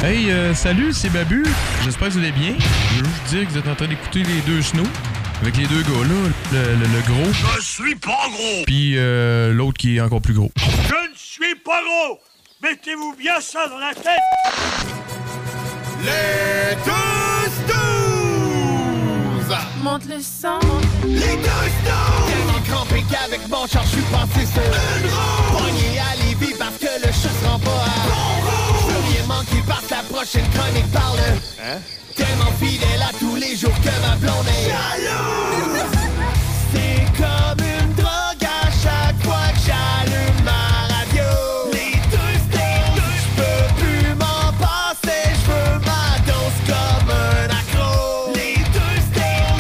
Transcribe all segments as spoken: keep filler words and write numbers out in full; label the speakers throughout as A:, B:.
A: Hey, euh, salut, c'est Babu. J'espère que vous allez bien. Je veux juste dire que vous êtes en train d'écouter les deux snows. Avec les deux gars-là, le, le, le gros.
B: Je suis pas gros!
A: Puis euh, l'autre qui est encore plus gros.
B: Je ne suis pas gros! Mettez-vous bien ça dans la tête!
C: Les deux snooze!
D: Monte le sang.
C: Les deux snooze! Tellement crampé qu'avec mon char, je suis passé sur une roue! Pogné à Lévis parce que le chat se rend pas à bon roue! Je veux rien manquer parce que la prochaine chronique parle. Hein? Tellement fidèle à tous les jours que ma blonde est jalouse. C'est comme une drogue à chaque fois que j'allume ma radio. Les deux snooze, je peux plus m'en passer, je veux ma dose comme un accro. Les deux snooze,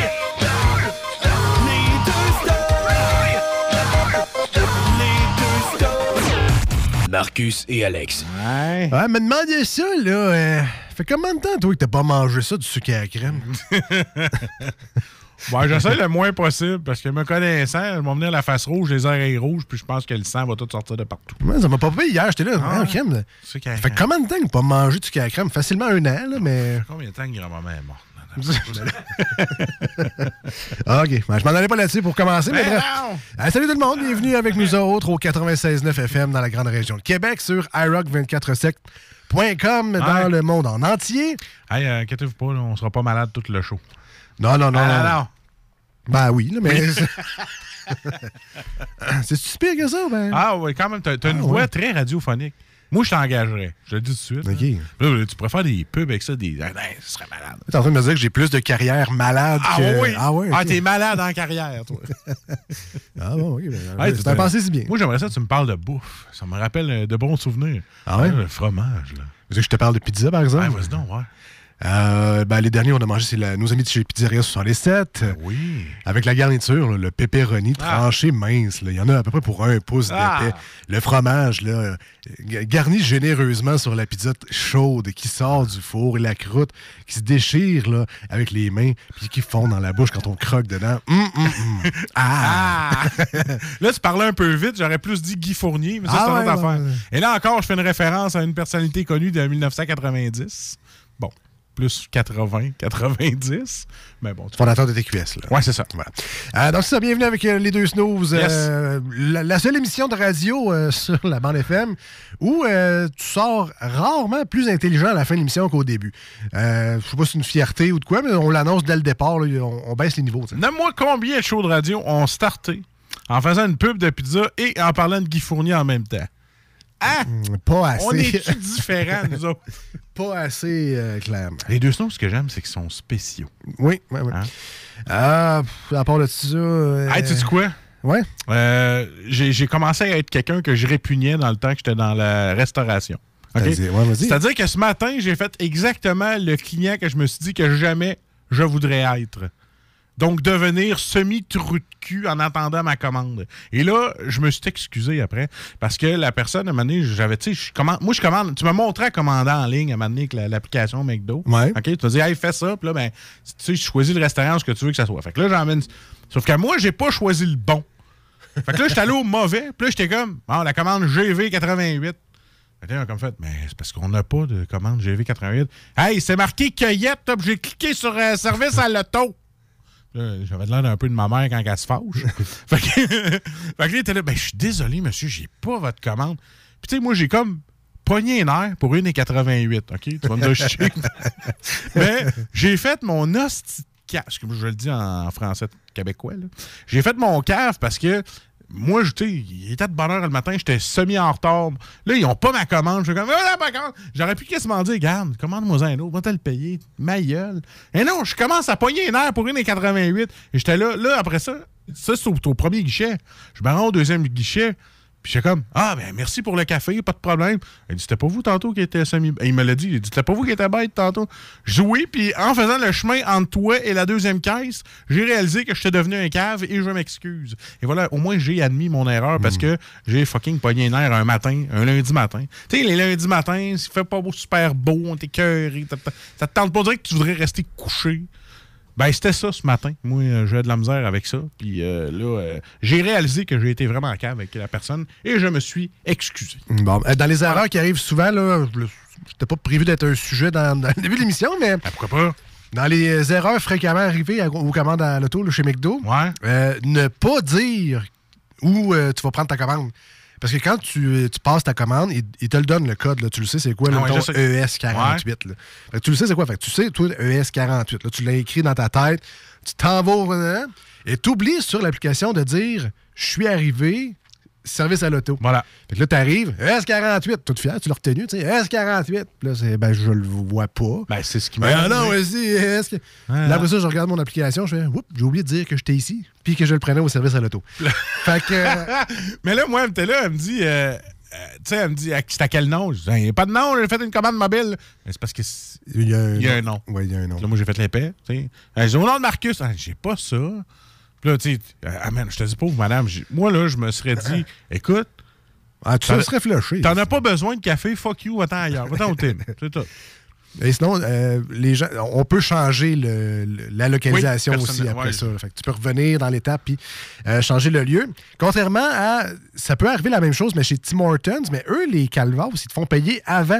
C: les deux snooze, les deux snooze.
E: Marcus et Alex.
F: Ouais. Ouais, me demandez ça, là. Euh, fait combien de temps, toi, que t'as pas mangé ça, du sucre à la crème?
G: Bon, j'essaie le moins possible parce que me connaissant, ils vont venir la face rouge, les oreilles rouges, puis je pense que le sang va tout sortir de partout.
F: Ouais, ça m'a pas payé hier, j'étais là. Ah, ouais. crème, là. Ça fait combien de temps que t'as pas mangé du sucre à la crème? Facilement un an, là, mais.
G: Combien de temps que grand-maman est morte?
F: Ah, OK. Ben, je m'en allais pas là-dessus pour commencer, mais,
G: mais
F: bref. Ah, salut tout le monde, bienvenue avec nous autres au quatre-vingt-seize neuf F M dans la grande région de Québec sur i rock vingt-quatre sept point com dans
G: ouais.
F: le monde en entier.
G: Hey, euh, inquiétez-vous pas, là, on sera pas malade tout le show.
F: Non, non, non.
G: Ah,
F: non,
G: non. non.
F: Ben oui, là, mais... C'est si pire que ça, ben...
G: Ah oui, quand même, t'as, t'as
F: ah,
G: une
F: ouais.
G: voix très radiophonique. Moi, je t'engagerais. Je le dis tout de suite.
F: OK.
G: Là, tu pourrais faire des pubs avec ça, des... Ah, ben, ce serait malade.
F: T'es en train de me dire que j'ai plus de carrière malade
G: ah,
F: que...
G: Oui.
F: Ah oui? Okay.
G: Ah, t'es malade en carrière, toi.
F: Ah bon, oui. Ben,
G: hey,
F: c'est un pensé si bien.
G: Moi, j'aimerais ça que tu me parles de bouffe. Ça me rappelle de bons souvenirs.
F: Ah ouais?
G: Le fromage, là.
F: Vous voulez que je te parle de pizza, par exemple?
G: Ah, vas-y donc, ouais.
F: Euh, ben, les derniers, on a mangé, c'est la, nos amis de chez Pizzeria soixante-dix-sept.
G: Oui.
F: Avec la garniture, là, le pepperoni tranché ah. mince. Là. Il y en a à peu près pour un pouce ah. d'épais. Le fromage, là, garni généreusement sur la pizza chaude qui sort du four et la croûte qui se déchire là, avec les mains puis qui fond dans la bouche quand on croque dedans. Mmh, mmh, mmh. Ah.
G: ah. Là, tu parlais un peu vite. J'aurais plus dit Guy Fournier, mais ça,
F: ah,
G: c'est une
F: ouais,
G: autre
F: ouais,
G: affaire.
F: Ouais.
G: Et là encore, je fais une référence à une personnalité connue de dix-neuf cent quatre-vingt-dix. Bon. Plus quatre-vingts, quatre-vingt-dix. Mais bon. Tu...
F: Fondateur de T Q S, là.
G: Ouais, c'est ça.
F: Voilà. Euh, donc, c'est ça. Bienvenue avec euh, les deux snooze.
G: Yes.
F: Euh, la, la seule émission de radio euh, sur la bande F M où euh, tu sors rarement plus intelligent à la fin de l'émission qu'au début. Euh, je sais pas si c'est une fierté ou de quoi, mais on l'annonce dès le départ. Là, on, on baisse les niveaux.
G: Nomme-moi combien de shows de radio ont starté en faisant une pub de pizza et en parlant de Guy Fournier en même temps. Ah!
F: Mmh, pas assez.
G: On est-tu différents, nous autres?
F: Pas assez euh, clairement.
G: Les deux snows, ce que j'aime, c'est qu'ils sont spéciaux.
F: Oui, oui, oui. Hein? Euh, à part de ça... Euh...
G: Hey, tu sais quoi?
F: Ouais.
G: Euh, j'ai, j'ai commencé à être quelqu'un que je répugnais dans le temps que j'étais dans la restauration. Okay?
F: Vas-y, ouais, vas-y.
G: C'est-à-dire que ce matin, j'ai fait exactement le client que je me suis dit que jamais je voudrais être. Donc, devenir semi-trou de cul en attendant ma commande. Et là, je me suis excusé après, parce que la personne, à un moment donné, j'avais, tu sais, je commande, moi, je commande, tu m'as montré à commander en ligne, à un moment donné, avec la, l'application McDo.
F: Ouais.
G: OK, tu m'as dit, hey, fais ça, puis là, ben, tu sais, je choisis le restaurant, ce que tu veux que ça soit. Fait que là, j'emmène. Sauf que moi, j'ai pas choisi le bon. Fait que là, j'étais allé au mauvais, puis là, j'étais comme, bon, la commande G V quatre-vingt-huit. Fait que là, comme fait, mais c'est parce qu'on n'a pas de commande G V quatre-vingt-huit. Hey, c'est marqué cueillette, top, j'ai cliqué sur euh, service à l'auto. Là, j'avais l'air d'un peu de ma mère quand elle se fâche. fait, que, fait que là, il était là, ben, je suis désolé, monsieur, j'ai pas votre commande. Puis, tu sais, moi, j'ai comme pogné un air pour une quatre-vingt-huit, OK? Tu vas me dire, je sais. Mais j'ai fait mon hostie de cave, parce que je le dis en français québécois, là. J'ai fait mon cave parce que moi, tu sais, il était de bonne heure le matin, j'étais semi en retard. Là, ils n'ont pas ma commande. Je suis comme, ah, ma commande. J'aurais pu quasiment dire, regarde, commande-moi un autre, va te le payer, ma gueule. Et non, je commence à pogner un air pour une quatre-vingt-huit. Et j'étais là, là, après ça, ça, c'est au, au premier guichet. Je me rends au deuxième guichet. Puis j'étais comme, ah, ben merci pour le café, pas de problème. Il dit, c'était pas vous tantôt qui était semi... Il me l'a dit, il dit, c'était pas vous qui était bête tantôt. Je dis oui, puis en faisant le chemin entre toi et la deuxième caisse, j'ai réalisé que j'étais devenu un cave et je m'excuse. Et voilà, au moins j'ai admis mon erreur parce que j'ai fucking pogné un air un matin, un lundi matin. Tu sais, les lundis matins, il fait pas beau, super beau, on t'est cœuré, ça te tente pas de dire que tu voudrais rester couché. Ben, c'était ça ce matin. Moi, euh, j'ai de la misère avec ça. Puis euh, là, euh, j'ai réalisé que j'ai été vraiment en cave avec la personne et je me suis excusé.
F: Bon, dans les erreurs qui arrivent souvent, là, c'était pas prévu d'être un sujet dans, dans le début de l'émission, mais...
G: Ah, pourquoi pas?
F: Dans les erreurs fréquemment arrivées à- aux commandes à l'auto là, chez McDo,
G: Ouais.
F: euh, ne pas dire où euh, tu vas prendre ta commande. Parce que quand tu, tu passes ta commande, il, il te le donne, le code. Là, tu le sais, c'est quoi,
G: Ah
F: le
G: ouais,
F: ton
G: je sais.
F: E S quarante-huit. Là. Fait que tu le sais, c'est quoi? Fait que tu sais, toi, E S quarante-huit. Là, tu l'as écrit dans ta tête. Tu t'en vas au... hein, et tu oublies sur l'application de dire « Je suis arrivé, service à l'auto ».
G: Voilà.
F: Fait que là, tu arrives, E S quarante-huit. Tout fier, tu l'as retenu, tu sais, E S quarante-huit. Puis là, c'est, ben, je le vois pas.
G: Ben, c'est ce qui
F: Ben
G: m'a...
F: non, vas-y, E S.
G: Ouais,
F: Là, après ça, je regarde mon application, je fais, oups, j'ai oublié de dire que j'étais ici, puis que je le prenais au service à l'auto. Fait que. euh,
G: Mais là, moi, elle était là, elle me dit... Euh, euh, tu sais, elle me dit, c'est à quel nom? Je dis, il n'y a pas de nom, j'ai fait une commande mobile. Mais c'est parce que... c'est-
F: il y a un,
G: Il y a un nom.
F: Oui, il y a un nom.
G: Là, moi, j'ai fait l'épée, tu sais. Elle dit, au nom de Marcus. Ah, j'ai pas ça. Puis là, tu sais, ah, man, je te dis, pauvre madame, j'ai- moi, là, je me serais dit, écoute,
F: Ah, tu
G: T'en-
F: te serais flushé.
G: t'en as pas besoin de café, fuck you, va-t'en ailleurs, va-t'en au Tim. C'est tout.
F: Et sinon, euh, les gens, on peut changer le, le- la localisation
G: Oui,
F: aussi
G: personnel-
F: après
G: ouais.
F: ça. Fait que tu peux revenir dans l'étape puis euh, changer le lieu. Contrairement à... Ça peut arriver la même chose, mais chez Tim Hortons, mais eux, les calvas, ils te font payer avant.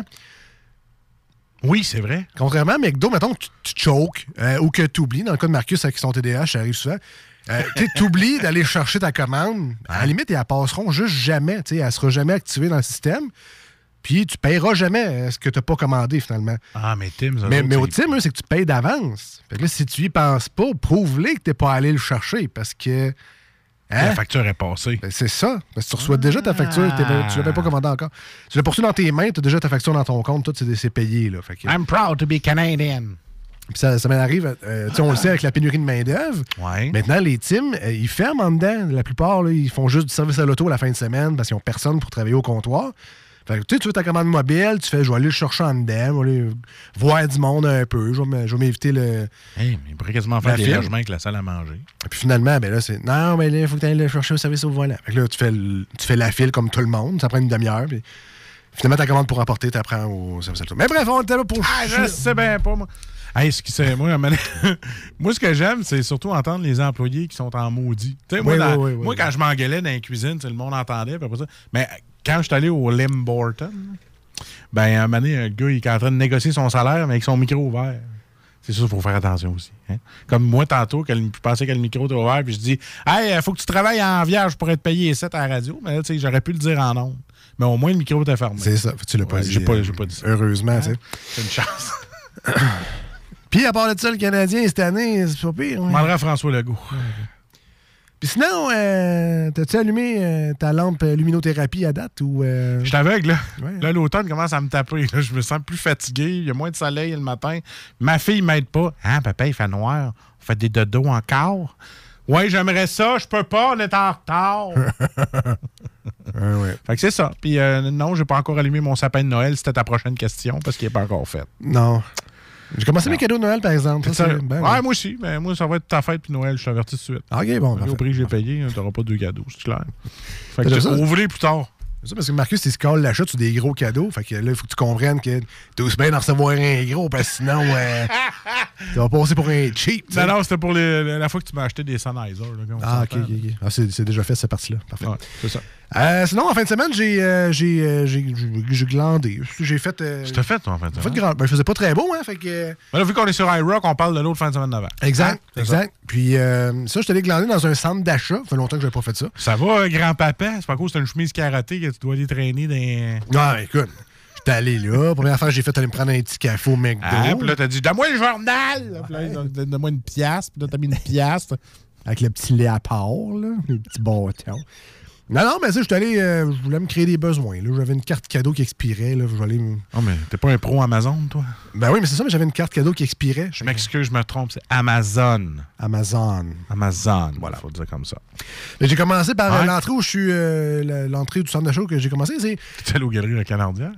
G: Oui, c'est vrai.
F: Contrairement à McDo, mettons que tu, tu choques euh, ou que tu oublies. Dans le cas de Marcus avec son T D A H, ça arrive souvent. Euh, tu oublies d'aller chercher ta commande. À la limite, ils la passeront juste jamais. Elle ne sera jamais activée dans le système. Puis tu ne payeras jamais euh, ce que tu n'as pas commandé finalement.
G: Ah, mais Tim, ça
F: Mais,
G: autres,
F: mais au
G: c'est-
F: Tim, eux, c'est que tu payes d'avance. Fait que là, si tu y penses pas, prouve-les que tu n'es pas allé le chercher parce que. Hein?
G: La facture est passée.
F: Ben, c'est ça. Parce que tu reçois déjà ta facture, t'es-
G: Ah.
F: tu l'as même pas commandé encore. Tu l'as poursuivi dans tes mains, tu as déjà ta facture dans ton compte, tout c'est, c'est payé. Là. Fait que,
G: I'm proud to be Canadian.
F: puis ça, ça m'arrive, euh, tu sais, on le sait avec la pénurie de main-d'œuvre.
G: Ouais.
F: Maintenant, les teams, euh, ils ferment en dedans. La plupart, là, ils font juste du service à l'auto à la fin de semaine parce qu'ils n'ont personne pour travailler au comptoir. Fait que, tu sais, tu veux ta commande mobile, tu fais, je vais aller le chercher en dedans, je vais aller voir du monde un peu, je vais m- je vais m'éviter le.
G: Hey, mais il pourrait quasiment faire
F: La
G: des
F: file.
G: logements avec la salle à manger.
F: Puis finalement, ben là, c'est non, mais là, il faut que tu ailles le chercher au service au volant. Fait que là, tu fais, le- tu fais la file comme tout le monde, ça prend une demi-heure, puis finalement, ta commande pour emporter, tu apprends au service à l'auto. Mais bref, on était là pour.
G: Ah, je sais bien pas, moi. Hey, ce qui c'est, moi, à un moment donné- moi, ce que j'aime, c'est surtout entendre les employés qui sont en maudit. Tu sais, moi,
F: Oui,
G: dans-
F: oui, oui,
G: moi
F: oui.
G: quand je m'engueulais dans la cuisine, tu sais, le monde entendait, puis après ça. Mais quand je suis allé au Lim Borton, ben, à un moment donné, un gars, il est en train de négocier son salaire, mais avec son micro ouvert. C'est ça, il faut faire attention aussi. Hein? Comme moi, tantôt, que le- je pensais que le micro était ouvert, puis je dis, hey, il faut que tu travailles en vierge pour être payé sept à la radio. Mais là, tu sais, j'aurais pu le dire en ondes. Mais au moins, le micro était fermé.
F: C'est ça, tu l'as pas
G: Ouais,
F: dit.
G: j'ai pas-
F: euh,
G: j'ai pas dit ça.
F: Heureusement, tu sais.
G: C'est une chance.
F: Puis à part de ça, le Canadien, cette année, c'est pas pire.
G: Je
F: ouais.
G: demanderai à François Legault.
F: Puis sinon, euh, t'as-tu allumé euh, ta lampe euh, luminothérapie à date ou. euh,
G: Je suis aveugle, là.
F: Ouais.
G: Là, l'automne commence à me taper. Là. Je me sens plus fatigué. Il y a moins de soleil le matin. Ma fille m'aide pas. Hein, papa, il fait noir. On fait des dodos encore. Ouais, j'aimerais ça. Je peux pas. On est en retard.
F: Ouais, ouais.
G: Fait que c'est ça. Puis euh, non, j'ai pas encore allumé mon sapin de Noël. C'était ta prochaine question parce qu'il est pas encore fait.
F: Non. J'ai commencé
G: Non.
F: mes cadeaux de Noël, par exemple. Ça,
G: Ça-
F: c'est- ben,
G: ouais,
F: ouais.
G: moi aussi. Mais moi, ça va être ta fête puis Noël. Je t'avertis tout de suite.
F: Ok, bon.
G: Au
F: parfait.
G: prix que j'ai payé, hein, t'auras pas deux cadeaux, c'est clair. Fait que
F: Déjà ça?
G: ouvrez plus tard.
F: C'est ça, parce que Marcus, il se colle l'achat sur des gros cadeaux. Fait que là, il faut que tu comprennes que t'es aussi bien d'en recevoir un gros, parce que sinon, euh, tu vas passer pour un cheap. tu sais.
G: Non, non, c'était pour les- la fois que tu m'as acheté des Sennheiser. Là, qu'on
F: Ah, ok,
G: s'entend.
F: ok, ok. Ah, c'est, c'est déjà fait, cette partie-là. Parfait.
G: Ouais, c'est ça.
F: Euh, sinon, en fin de semaine, j'ai, euh, j'ai, euh, j'ai, j'ai, j'ai glandé. J'ai fait. Euh,
G: Tu t'as fait, toi, en fait.
F: j'ai fait grand... ben, il faisait pas très beau, hein. Fait que. euh,
G: Là, vu qu'on est sur iRock, on parle de l'autre fin de semaine d'avant.
F: Exact,
G: Hein? C'est
F: exact. Puis euh, ça, je suis allé glander dans un centre d'achat. Ça fait longtemps que j'avais pas fait ça.
G: Ça, ça va, euh, grand-papa? C'est pas à cause que t'as une chemise carottée que tu dois aller traîner dans...
F: Non, écoute, j'étais allé là. Première fois que j'ai fait, aller me prendre un petit café au McDo.
G: Ah, puis là, t'as dit, donne-moi le journal! Puis là, ils ont dit, donne-moi une pièce. Puis là, t'as mis une pièce.
F: Avec le petit léopard, là, le petit bâton. Non, non, mais ça, je suis allé, euh, je voulais me créer des besoins. Là. J'avais une carte cadeau qui expirait. Là, je voulais me-
G: Oh, mais t'es pas un pro Amazon, toi?
F: Ben oui, mais c'est ça, mais j'avais une carte cadeau qui expirait.
G: Je m'excuse, je me trompe, c'est Amazon.
F: Amazon.
G: Amazon, voilà, faut le dire comme ça.
F: Mais j'ai commencé par euh,
G: Ouais.
F: l'entrée où je suis. euh, la- l'entrée du centre d'achat que j'ai commencé, c'est.
G: T'es allé aux galeries La Canardière?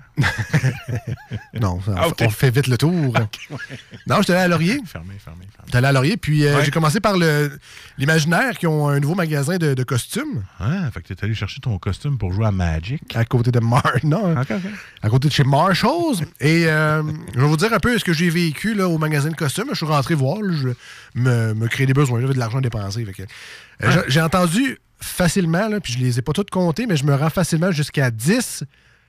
F: Non, ça-
G: Ah, ok.
F: on fait vite le tour. Non, j'étais allé à Laurier.
G: Fermé, fermé, fermé.
F: J'étais allé à Laurier, puis euh,
G: Ouais.
F: j'ai commencé par le l'Imaginaire, qui ont un nouveau magasin de, de costumes
G: Ah, fait que t'es allé chercher ton costume pour jouer à Magic.
F: à côté de Mar... non, hein,
G: OK, OK.
F: à côté de chez Marshalls. Et euh, je vais vous dire un peu ce que j'ai vécu là, au magasin de costumes. Je suis rentré voir, là, je me, me créer des besoins. J'avais de l'argent dépensé. Fait que, euh, j'ai- J'ai entendu facilement, là, puis je les ai pas toutes comptés, mais je me rends facilement jusqu'à dix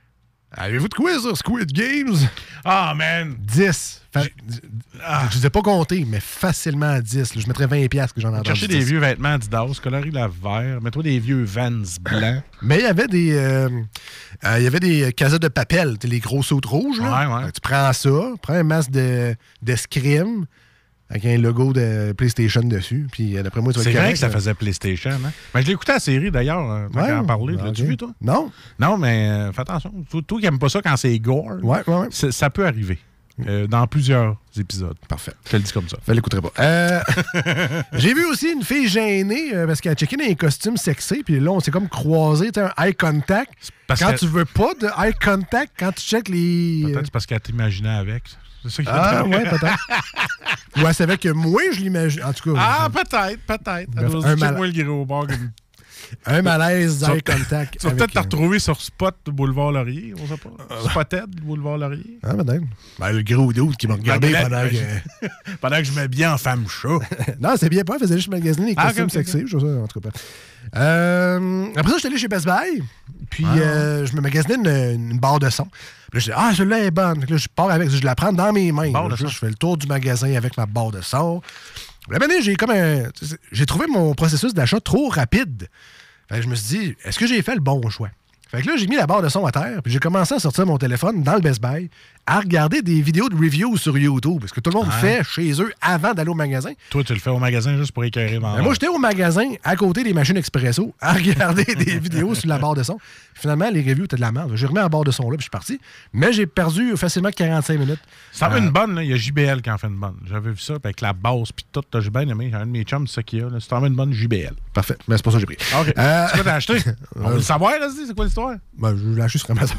F: Avez-vous de quoi sur Squid Games?
G: Ah, man!
F: dix. Fa-
G: Ah.
F: Je ne les ai pas comptés, mais facilement à dix. Là. Je mettrais vingt piastres que j'en ai entendu.
G: Chercher des vieux vêtements Adidas, coloris la vert, mets-toi des vieux Vans blancs.
F: Mais il y avait des euh, euh, il y avait des casettes de papel, les gros sautes rouges. Là.
G: Ouais, ouais.
F: Euh, Tu prends ça, prends un masque de, d'escrime avec un logo de PlayStation dessus, puis euh, d'après moi, tu vas
G: C'est
F: être
G: vrai
F: correct,
G: que ça
F: là.
G: faisait PlayStation. Hein? Mais je l'ai écouté à la série d'ailleurs, euh, tant
F: Ouais,
G: qu'à en parler.
F: ouais,
G: L'as-tu
F: ok.
G: vu, toi?
F: Non?
G: Non, mais euh, fais attention. Toi, toi qui n'aimes pas ça quand c'est gore,
F: Ouais, ouais, ouais.
G: c'est- ça peut arriver euh, dans plusieurs épisodes.
F: Parfait.
G: Je te le dis comme ça.
F: Je l'écouterai pas. Euh, j'ai vu aussi une fille gênée euh, parce qu'elle a checké dans les costumes sexy, puis là, on s'est comme croisé, tu sais, un eye contact.
G: parce
F: quand
G: que-
F: tu veux pas de eye contact, quand tu checkes les...
G: Peut-être c'est parce qu'elle t'imaginait avec. C'est ça qui
F: Ah, ouais, peut-être. Ou elle savait que moi, je l'imagine. En tout cas,
G: Ah, peut-être, peut-être.
F: Bref,
G: Elle
F: un
G: doit
F: mal-
G: moi le gros au bord. comme-
F: un malaise
G: Tu vas-
F: d'eye contact.
G: Tu vas
F: avec,
G: peut-être te
F: euh,
G: retrouver sur Spot Boulevard Laurier, on sait pas. Spotted Boulevard Laurier.
F: Ah, peut-être. Ben, le gros doute qui m'a regardé
G: Ben,
F: pendant
G: ben,
F: que...
G: Pendant que je mets bien en femme chat.
F: Non, c'est bien pas. Elle faisait juste magasiner les
G: Ah,
F: costumes
G: ok, ok,
F: sexy. Je sais ça, en tout cas. Euh, après ça, j'étais allé chez Best Buy. Puis,
G: Ah.
F: euh, je me magasinais une, une barre de son. Puis là, je dis, ah, celle-là est bonne. Fait que là, je pars avec, je la prends dans mes mains.
G: Barre
F: Là,
G: de
F: je,
G: son.
F: je fais le tour du magasin avec ma barre de son. Là, maintenant, j'ai comme un. J'ai trouvé mon processus d'achat trop rapide. Fait que je me suis dit, est-ce que j'ai fait le bon choix? Fait que là, j'ai mis la barre de son à terre, puis j'ai commencé à sortir mon téléphone dans le Best Buy, à regarder des vidéos de reviews sur YouTube, parce que tout le monde
G: Ah.
F: fait chez eux avant d'aller au magasin.
G: Toi, tu le fais au magasin juste pour écœurer dans
F: Ben, moi, j'étais au magasin, à côté des machines expresso, à regarder des vidéos sur la barre de son. Finalement, les reviews étaient de la merde. J'ai remis la barre de son là, puis je suis parti. Mais j'ai perdu facilement quarante-cinq minutes.
G: Ça en fait
F: Euh,
G: une bonne, là. Il y a J B L qui en fait une bonne. J'avais vu ça, puis avec la basse, puis tout. J'ai bien aimé. Un de mes chums, c'est ça qu'il y a. Là. C'est en fait une bonne J B L.
F: Parfait. Mais c'est pour ça que j'ai pris.
G: OK.
F: Euh,
G: C'est quoi t'as acheté? On veut le savoir, là, c'est quoi l'histoire?
F: Ben, je l'ai acheté sur Amazon.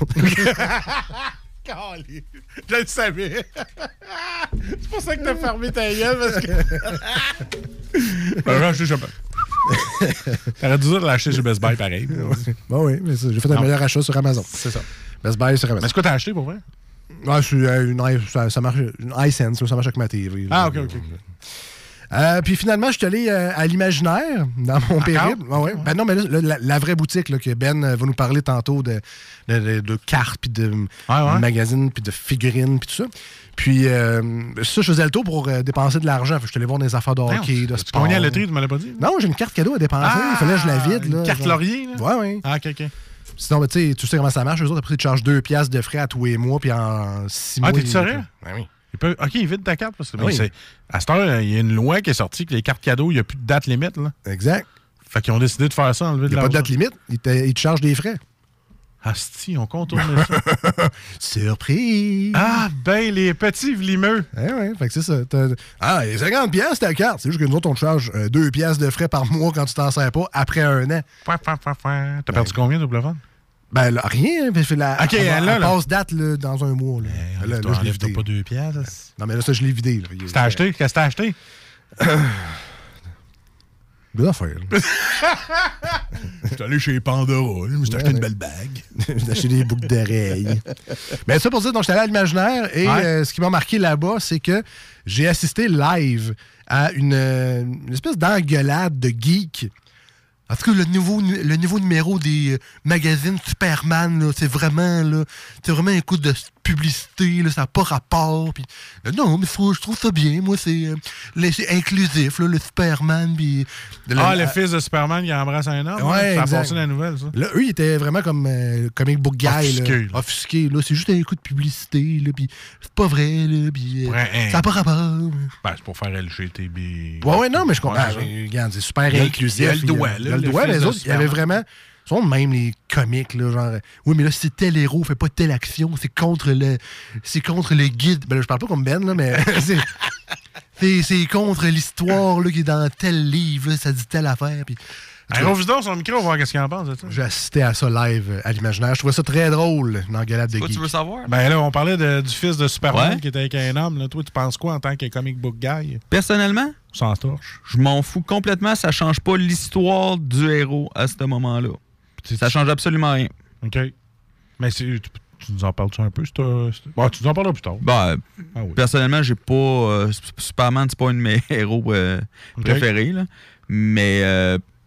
G: Je le savais. C'est pour ça que t'as fermé ta gueule, parce que. Ben, j'ai acheté chez T'aurais dû dire de l'acheter chez Best Buy, pareil.
F: Bon, oui, mais ça, j'ai fait un
G: Non.
F: meilleur achat sur Amazon.
G: C'est ça.
F: Best Buy sur
G: Mais
F: Amazon.
G: c'est quoi t'as acheté pour vrai?
F: Ouais, c'est euh, une, i- ça, ça marche, une iSense, ça marche avec ma T V.
G: Ah, OK, OK.
F: Euh, puis finalement, je suis allé euh, à l'Imaginaire dans mon périple. Ah ouais. Ben non, mais là, là, la, la vraie boutique là, que Ben euh, va nous parler tantôt de, de, de- de cartes, puis de,
G: ouais.
F: de magazines, puis de figurines, puis tout ça. Puis euh, ça, je faisais le tour pour euh, dépenser de l'argent. Fait que je suis allé voir des affaires de hockey, de
G: Tu
F: sport.
G: pogné à la loterie, tu m'avais pas dit?
F: Non, j'ai une carte cadeau à dépenser. Il fallait que je la vide.
G: Une
F: Là,
G: carte
F: genre.
G: laurier, là?
F: Ouais, ouais.
G: Ah, OK, OK.
F: Sinon, ben, tu sais, tu sais comment ça marche. Eux autres, après, ils te chargent deux piastres de frais à tous les mois, puis en six mois.
G: Ah, t'es-tu
F: ils-
G: sérieux?
F: Ben oui.
G: Il peut... OK, il vide ta carte. Parce que
F: Oui.
G: c'est... À cette heure, il y a une loi qui est sortie que les cartes cadeaux, il n'y a plus de date limite. Là.
F: Exact.
G: Fait qu'ils ont décidé de faire ça, enlever
F: Il
G: de
F: n'y a pas de
G: l'argent.
F: date limite. Ils te, ils te chargent des frais.
G: Asti, on contourne ça.
F: Surprise!
G: Ah, ben, les petits vlimeux.
F: Eh ouais, fait que c'est ça. T'as- Ah, les cinquante piastres, ta carte. C'est juste que nous autres, on te charge euh, deux piastres de frais par mois quand tu t'en sers pas après un an.
G: Fouin, fouin, fouin, fouin. T'as perdu combien, double fun?
F: Ben là, rien. hein, parce que la,
G: Ok,
F: elle,
G: là,
F: elle
G: là.
F: passe date là, dans un mois. Là.
G: Eh,
F: là, là,
G: là,
F: je l'ai
G: enlève
F: vidé.
G: pas deux piastres.
F: Non, mais là, ça, je l'ai vidé. Là. Il-
G: Qu'est-ce que t'as acheté? Qu'est-ce que t'as acheté?
F: Bonne affaire. là.
G: J'étais allé chez Pandora. Je me suis
F: Ouais,
G: acheté une
F: ouais.
G: belle bague.
F: J'ai acheté des boucles d'oreilles. Mais ça pour dire, donc, j'étais allé à l'Imaginaire et
G: Ouais.
F: euh, ce qui m'a marqué là-bas, c'est que j'ai assisté live à une, euh, une espèce d'engueulade de geek. En tout cas, le nouveau, nu- le nouveau numéro des euh, magazines Superman, là, c'est vraiment, là, c'est vraiment un coup de publicité, là, ça n'a pas rapport. Puis, euh, non, mais faut, je trouve ça bien. Moi, c'est euh, le- c'est inclusif, là, le Superman. Puis,
G: Ah,
F: le,
G: le fils de Superman qui embrasse un homme?
F: Ouais,
G: hein? Ça a
F: exact.
G: passé la nouvelle, ça.
F: Là, eux, ils étaient vraiment comme euh, comic book guy.
G: Offusqués,
F: là.
G: là.
F: Offusqués, là. C'est juste un coup de publicité, là. Puis c'est pas vrai, là. Puis euh,
G: Ouais, hein.
F: ça n'a pas rapport.
G: Ben, c'est pour faire L G T B.
F: Ouais, ouais, non, mais je comprends.
G: Ouais, c'est ça.
F: Mais, regarde, c'est super
G: Il y a-
F: inclusif.
G: il y a le doigt,
F: Il y a
G: là,
F: le
G: le
F: doigt,
G: fils
F: mais les
G: de
F: autres, il y avait
G: Superman.
F: vraiment. Ils sont même les comiques, là, genre. Oui, mais là, c'est tel héros, fait pas telle action, c'est contre le. C'est contre le guide. Ben là, je parle pas comme Ben, là, mais. c'est- c'est, c'est contre l'histoire, là, qui est dans tel livre, là, ça dit telle affaire. Puis.
G: Un gros vidéo sur le micro, on va voir qu'est-ce qu'il en pense de ça.
F: J'ai assisté à ça live euh, à l'Imaginaire. Je trouvais ça très drôle, une engueulade de
D: Quoi,
F: geek.
D: tu veux savoir?
G: Ben là, on parlait de- du fils de Superman
D: Ouais.
G: qui était avec un homme. Là. Toi, tu penses quoi en tant que comic book guy?
D: Personnellement,
G: Sans torche.
D: je m'en fous complètement. Ça change pas l'histoire du héros à ce moment-là. Ça change absolument rien.
G: OK. Mais c'est, tu, tu nous en parles-tu un peu? C'est, un- c'est- Bon, tu nous en parleras plus tard.
D: Ben,
G: Ah oui.
D: personnellement, j'ai pas. euh, Superman, c'est pas un de mes héros euh,
G: OK.
D: préférés. Là. Mais euh,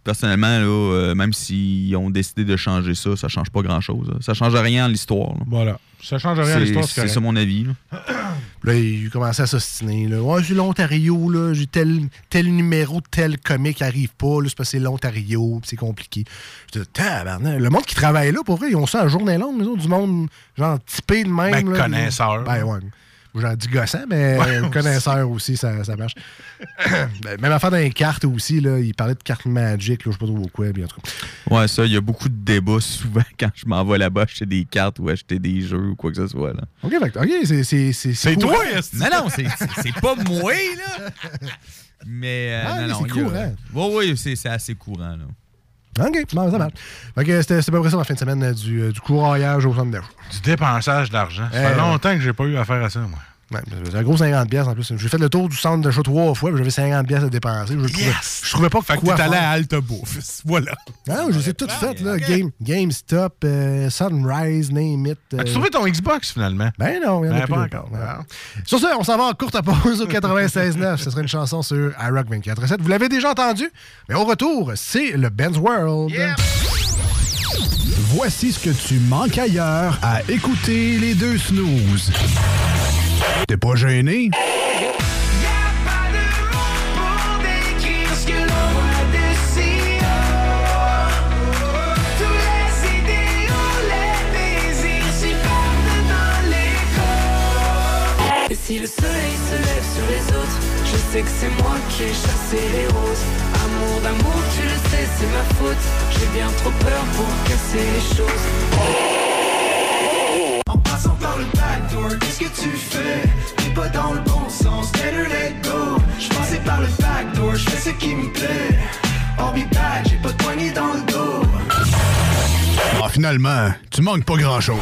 D: personnellement, là, euh, même s'ils ont décidé de changer ça, ça change pas grand-chose. Là. Ça change rien à l'histoire. Là.
G: Voilà. Ça change rien à
D: C'est,
G: l'histoire, c'est
D: c'est
G: correct.
D: ça mon avis. Là.
F: Là, il commençait à s'ostiner. Là. Ouais, j'ai l'Ontario, là, j'ai tel, tel numéro de tel comique qui arrive pas. Là, c'est parce que c'est l'Ontario, puis c'est compliqué. Je dis, tabarnak. Le monde qui travaille là, pour vrai, ils ont ça à journée longue, les autres, du monde, genre, typé de même.
G: Ben,
F: là,
G: connaisseur.
F: Ben, ouais. J'en dis gossant, mais
G: Ouais,
F: connaisseur aussi, ça, ça marche. Ben, même affaire dans les cartes aussi, là, il parlait de cartes Magic, là, je sais pas trop quoi, bien en tout cas.
D: Ouais, ça, il y a beaucoup de débats souvent quand je m'en vais là-bas acheter des cartes ou acheter des jeux ou quoi que ce soit. Là.
F: OK, fait, OK, c'est, c'est, c'est,
G: C'est
F: courant.
G: toi, est-ce
D: Non, non, c'est, c'est, c'est pas moi, là. Mais, euh,
F: Ah,
D: non,
F: oui,
D: non.
F: c'est
D: il y a-
F: courant.
D: Oui, oui, c'est, c'est assez courant, là.
F: OK, bon, ça marche. Fait que c'était, c'était pas vrai ça la fin de semaine euh, du, euh, du courroyage au centre d'achat.
G: Du dépensage d'argent. Ça
F: Eh,
G: fait
F: ouais.
G: longtemps que j'ai pas eu affaire à ça, moi.
F: Ouais, c'est un gros cinquante pièces en plus. J'ai fait le tour du centre d'achat trois fois, puis j'avais cinquante pièces à dépenser. Je trouvais,
G: Yes!
F: je trouvais pas
G: Fait que
F: quoi
G: t'es allé
F: faire.
G: à Alta Bouffe. Voilà.
F: Ah, non, je les ai toutes faites, là. Game, GameStop, euh, Sunrise, Name It. euh,
G: As-tu trouvé ton Xbox, finalement?
F: Ben non, il y en a
G: Ben,
F: plus
G: pas
F: nulle
G: encore.
F: part. Ouais. Sur ce, on s'en va en courte pause au quatre-vingt-seize neuf. Ce serait une chanson sur iRock vingt-quatre sept. Vous l'avez déjà entendu, mais au retour, c'est le Ben's World.
G: Yeah.
E: Voici ce que tu manques ailleurs à écouter les deux snooze. T'es pas gêné?
H: Et si le soleil se lève sur les autres, je sais que c'est moi qui ai chassé les roses. Amour d'amour, tu le sais, c'est ma faute. J'ai bien trop peur pour casser les choses.
C: En passant par le backdoor, qu'est-ce que tu fais? T'es pas dans le bon sens, better let go. J'passais par le backdoor, j'fais ce qui me plaît. I'll be back, j'ai pas de poignée dans le dos.
E: Ah, finalement, tu manques pas grand-chose.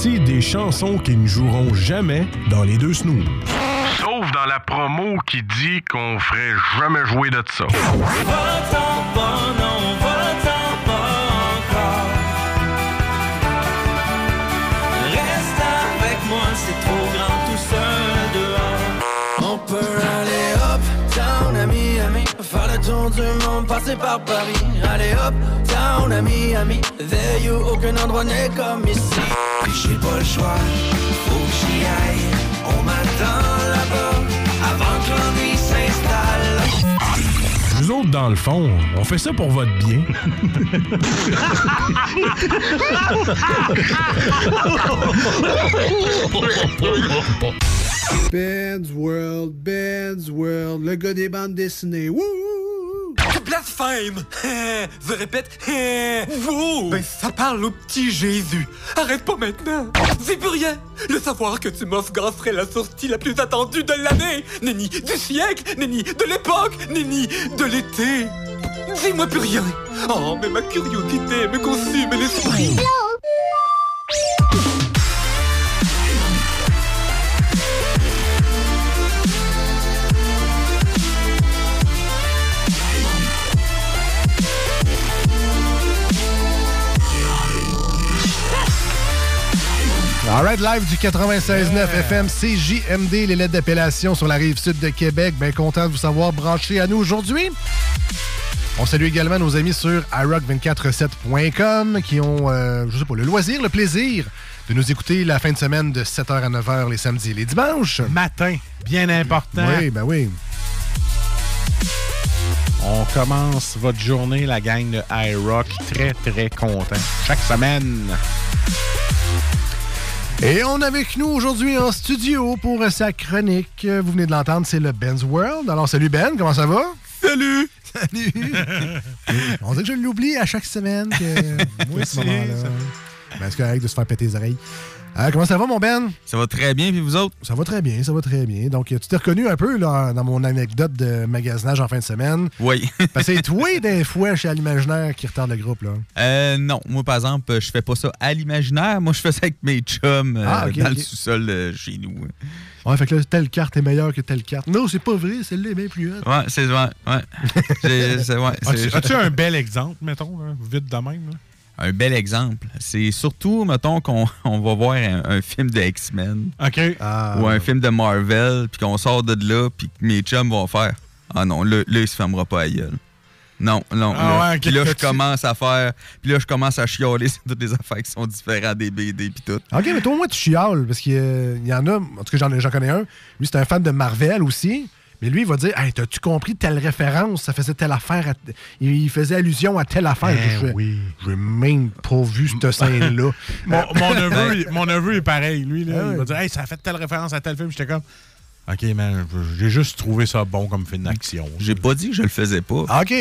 E: Voici des chansons qui ne joueront jamais dans les deux snooze.
I: Sauf dans la promo qui dit qu'on ferait jamais jouer de ça.
H: Va-t'en pas, non, va-t'en pas encore. Reste avec moi, c'est trop grand tout seul dehors. On peut aller up, down à Miami, faire le tour du monde, passer par Paris. Allez up, down à Miami, there you, aucun endroit n'est comme ici. J'ai pas le choix, faut que j'y aille. On m'attend là-bas, avant que l'ennui s'installe.
E: Nous autres, dans le fond, on fait ça pour votre bien.
J: Ben's World, Ben's World, le gars des bandes dessinées. Wouh!
K: Blasphème! Je répète, wow! Ben ça parle au petit Jésus. Arrête pas maintenant! C'est plus rien! Le savoir que tu m'offres serait la sortie la plus attendue de l'année! Nenni du siècle! Nenni de l'époque! Nenni de l'été! Dis-moi plus rien! Oh, mais ma curiosité me consume l'esprit!
F: Alright, live du quatre-vingt-seize neuf F M C J M D, les lettres d'appellation sur la rive sud de Québec. Bien content de vous savoir branché à nous aujourd'hui. On salue également nos amis sur i rock deux quatre sept point com qui ont, euh, je sais pas, le loisir, le plaisir de nous écouter la fin de semaine de sept heures à neuf heures les samedis et les dimanches.
G: Matin, bien important.
F: Oui, ben oui.
G: On commence votre journée, la gang de iRock, très, très content. Chaque semaine.
F: Et on est avec nous aujourd'hui en studio pour sa chronique. Vous venez de l'entendre, c'est le Ben's World. Alors, salut Ben, comment ça va?
G: Salut!
F: Salut! On dirait que je l'oublie à chaque semaine. Que... Moi, à ce moment-là. Ben, c'est correct de se faire péter les oreilles. Euh, comment ça va, mon Ben?
D: Ça va très bien, puis vous autres?
F: Ça va très bien, ça va très bien. Donc, tu t'es reconnu un peu là, dans mon anecdote de magasinage en fin de semaine.
D: Oui.
F: Parce que c'est toi, des fois, chez l'imaginaire qui retarde le groupe, là.
D: Euh, non. Moi, par exemple, je fais pas ça à l'imaginaire. Moi, je fais ça avec mes chums euh,
F: ah, okay,
D: dans
F: okay.
D: le sous-sol euh, chez nous.
F: Ouais, fait que là, telle carte est meilleure que telle carte. Non, c'est pas vrai, celle-là est bien plus haute.
D: Ouais, c'est vrai. Ouais. c'est, ouais,
G: As-tu, as-tu un bel exemple, mettons, là, vite de même, là?
D: Un bel exemple. C'est surtout, mettons, qu'on on va voir un, un film de X-Men.
G: OK.
F: Ah,
D: ou un film de Marvel, puis qu'on sort de là, puis que mes chums vont faire « Ah non, là, là, il se fermera pas la gueule. » Non, non.
G: Ah
D: là.
G: ouais, okay,
D: puis là, je
G: tu...
D: commence à faire... Puis là, je commence à chialer sur toutes les affaires qui sont différentes des B D, puis tout.
F: OK, mais toi, au moins, tu chiales, parce qu'il euh, y en a... En tout cas, j'en, j'en connais un. Lui, c'est un fan de Marvel aussi. Mais lui, il va dire « Hey, t'as-tu compris telle référence? Ça faisait telle affaire. À t... Il faisait allusion à telle affaire.
G: Ben, »
F: Je
G: oui.
F: J'ai même pas vu cette scène-là.
G: mon, mon, neveu, il, mon neveu est pareil. Lui, là,
F: ah,
G: il va dire « Hey, ça a fait telle référence à tel film. » J'étais comme « OK, man, j'ai juste trouvé ça bon comme film d'action. »
D: J'ai pas dit que je le faisais pas.
F: OK.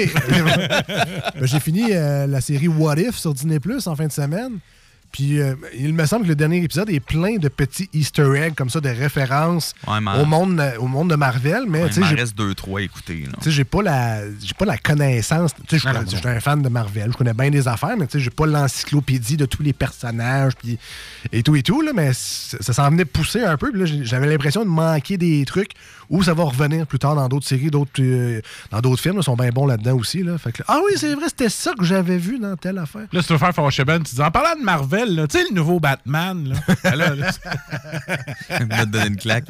F: Ben, j'ai fini euh, la série What If sur Disney plus en fin de semaine. Puis euh, il me semble que le dernier épisode est plein de petits easter eggs comme ça, de références
D: ouais,
F: au, monde, au monde de Marvel. Mais
D: ouais, il m'en
F: j'ai,
D: reste deux, trois à écouter.
F: Tu sais, j'ai pas la, j'ai pas la connaissance. Tu sais, je suis un fan de Marvel, je connais bien des affaires, mais tu sais, j'ai pas l'encyclopédie de tous les personnages puis et tout et tout. Là, mais ça s'en venait pousser un peu. Puis là, j'avais l'impression de manquer des trucs où ça va revenir plus tard dans d'autres séries, d'autres, euh, dans d'autres films. Ils sont bien bons là-dedans aussi. Là. Fait que, ah oui, c'est vrai, c'était ça que j'avais vu dans telle affaire.
G: Là, si tu veux faire fâcher Ben, tu dis, en parlant de Marvel, là, tu sais, le nouveau Batman, là. là, là
D: il va te donner une claque.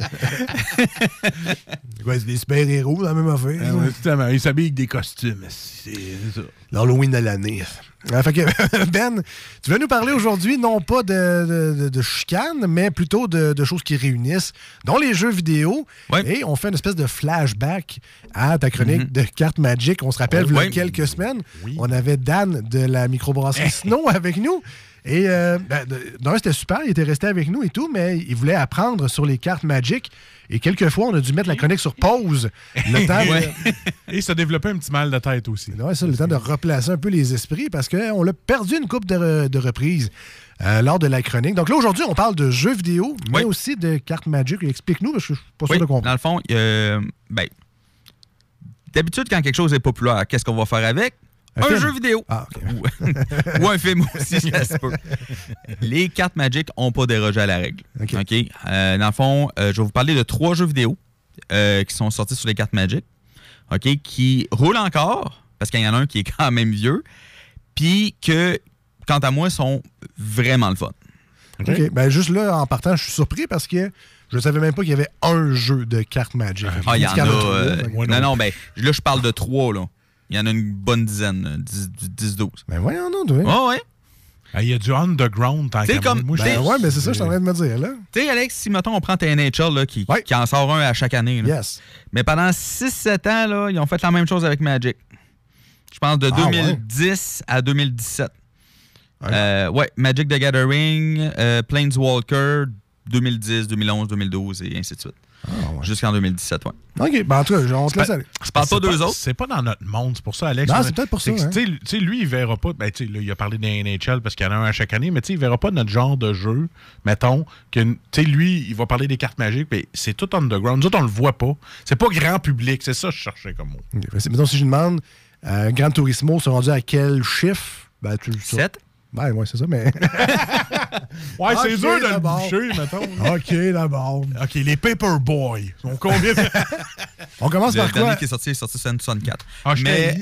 F: Ouais, c'est des super-héros, la même affaire.
G: Ah, ouais, ils s'habillent avec des costumes. C'est, c'est ça.
F: L'Halloween de l'année. Euh, fait que, Ben, tu vas nous parler aujourd'hui non pas de, de, de, de chicane, mais plutôt de, de choses qui réunissent, dont les jeux vidéo.
D: Ouais.
F: Et on fait une espèce de flashback à ta chronique mm-hmm. de cartes Magic. On se rappelle, il y a quelques semaines, oui. on avait Dan de la microbrasserie Snow avec nous. Et euh, ben, d'un, c'était super, il était resté avec nous et tout, mais il voulait apprendre sur les cartes Magic. Et quelquefois, on a dû mettre la chronique sur pause. Le temps
G: ouais. de... Et ça développait un petit mal de tête aussi.
F: Oui, ça, le temps de replacer un peu les esprits parce qu'on l'a perdu une couple de, de reprises euh, lors de la chronique. Donc là, aujourd'hui, on parle de jeux vidéo, mais oui. aussi de cartes Magic. Explique-nous, parce que je suis pas sûr
D: oui,
F: de comprendre.
D: Dans le fond, euh, ben, d'habitude, quand quelque chose est populaire, qu'est-ce qu'on va faire avec? Un, un jeu vidéo.
F: Ah, OK.
D: Ou, ou un film aussi, ça se peut. Les cartes Magic n'ont pas dérogé à la règle. OK. okay? Euh, dans le fond, euh, je vais vous parler de trois jeux vidéo euh, qui sont sortis sur les cartes Magic, OK, qui roulent encore, parce qu'il y en a un qui est quand même vieux, puis que, quant à moi, sont vraiment le fun.
F: OK. okay. Ben, juste là, en partant, je suis surpris parce que je ne savais même pas qu'il y avait un jeu de cartes Magic.
D: Ah, il y en a. Euh, non, non, non, ben, là, je parle de trois, là. Il y en a une bonne dizaine, dix douze.
F: Ben voyons donc, oui.
D: Oh, ouais.
G: Il y a du underground tant qu'à
D: comme,
G: moi.
F: Ben ouais, mais c'est ça que je suis en train de me dire, là.
D: Tu sais, Alex, si, mettons, on prend T N H L, là, qui, ouais. qui en sort un à chaque année. Là.
F: Yes.
D: Mais pendant six sept ans, là, ils ont fait la même chose avec Magic. Je pense de ah, deux mille dix ouais. à deux mille dix-sept. Ouais. Euh, ouais, Magic the Gathering, euh, Planeswalker, deux mille dix, deux mille onze, deux mille douze et ainsi de suite. Ah, ouais. Jusqu'en deux mille dix-sept, ouais.
F: OK, ben en tout cas, on te laisse aller.
D: Je parle pas d'eux autres.
G: C'est pas dans notre monde, c'est pour ça, Alex.
F: Non, c'est peut-être pour ça. Hein.
G: Tu sais, lui, il verra pas. Ben, tu sais, il a parlé d'un N H L parce qu'il y en a un à chaque année, mais tu sais, il verra pas notre genre de jeu. Mettons, que, tu sais, lui, il va parler des cartes magiques, mais c'est tout underground. Nous autres, on le voit pas. C'est pas grand public, c'est ça que je cherchais comme mot.
F: Okay, ben, mettons, si je demande, euh, Gran Turismo, c'est rendu à quel chiffre? Ben, tu le sais.
D: sept?
F: Ben, ouais, c'est ça, mais.
G: ouais, c'est okay, dur de le boucher, mettons.
F: OK, d'abord.
G: OK, les Paperboy. On combien?
F: On commence
D: le
F: par quoi?
D: Le dernier qui est sorti est sorti sur N soixante-quatre.
G: Ah, je
D: mais.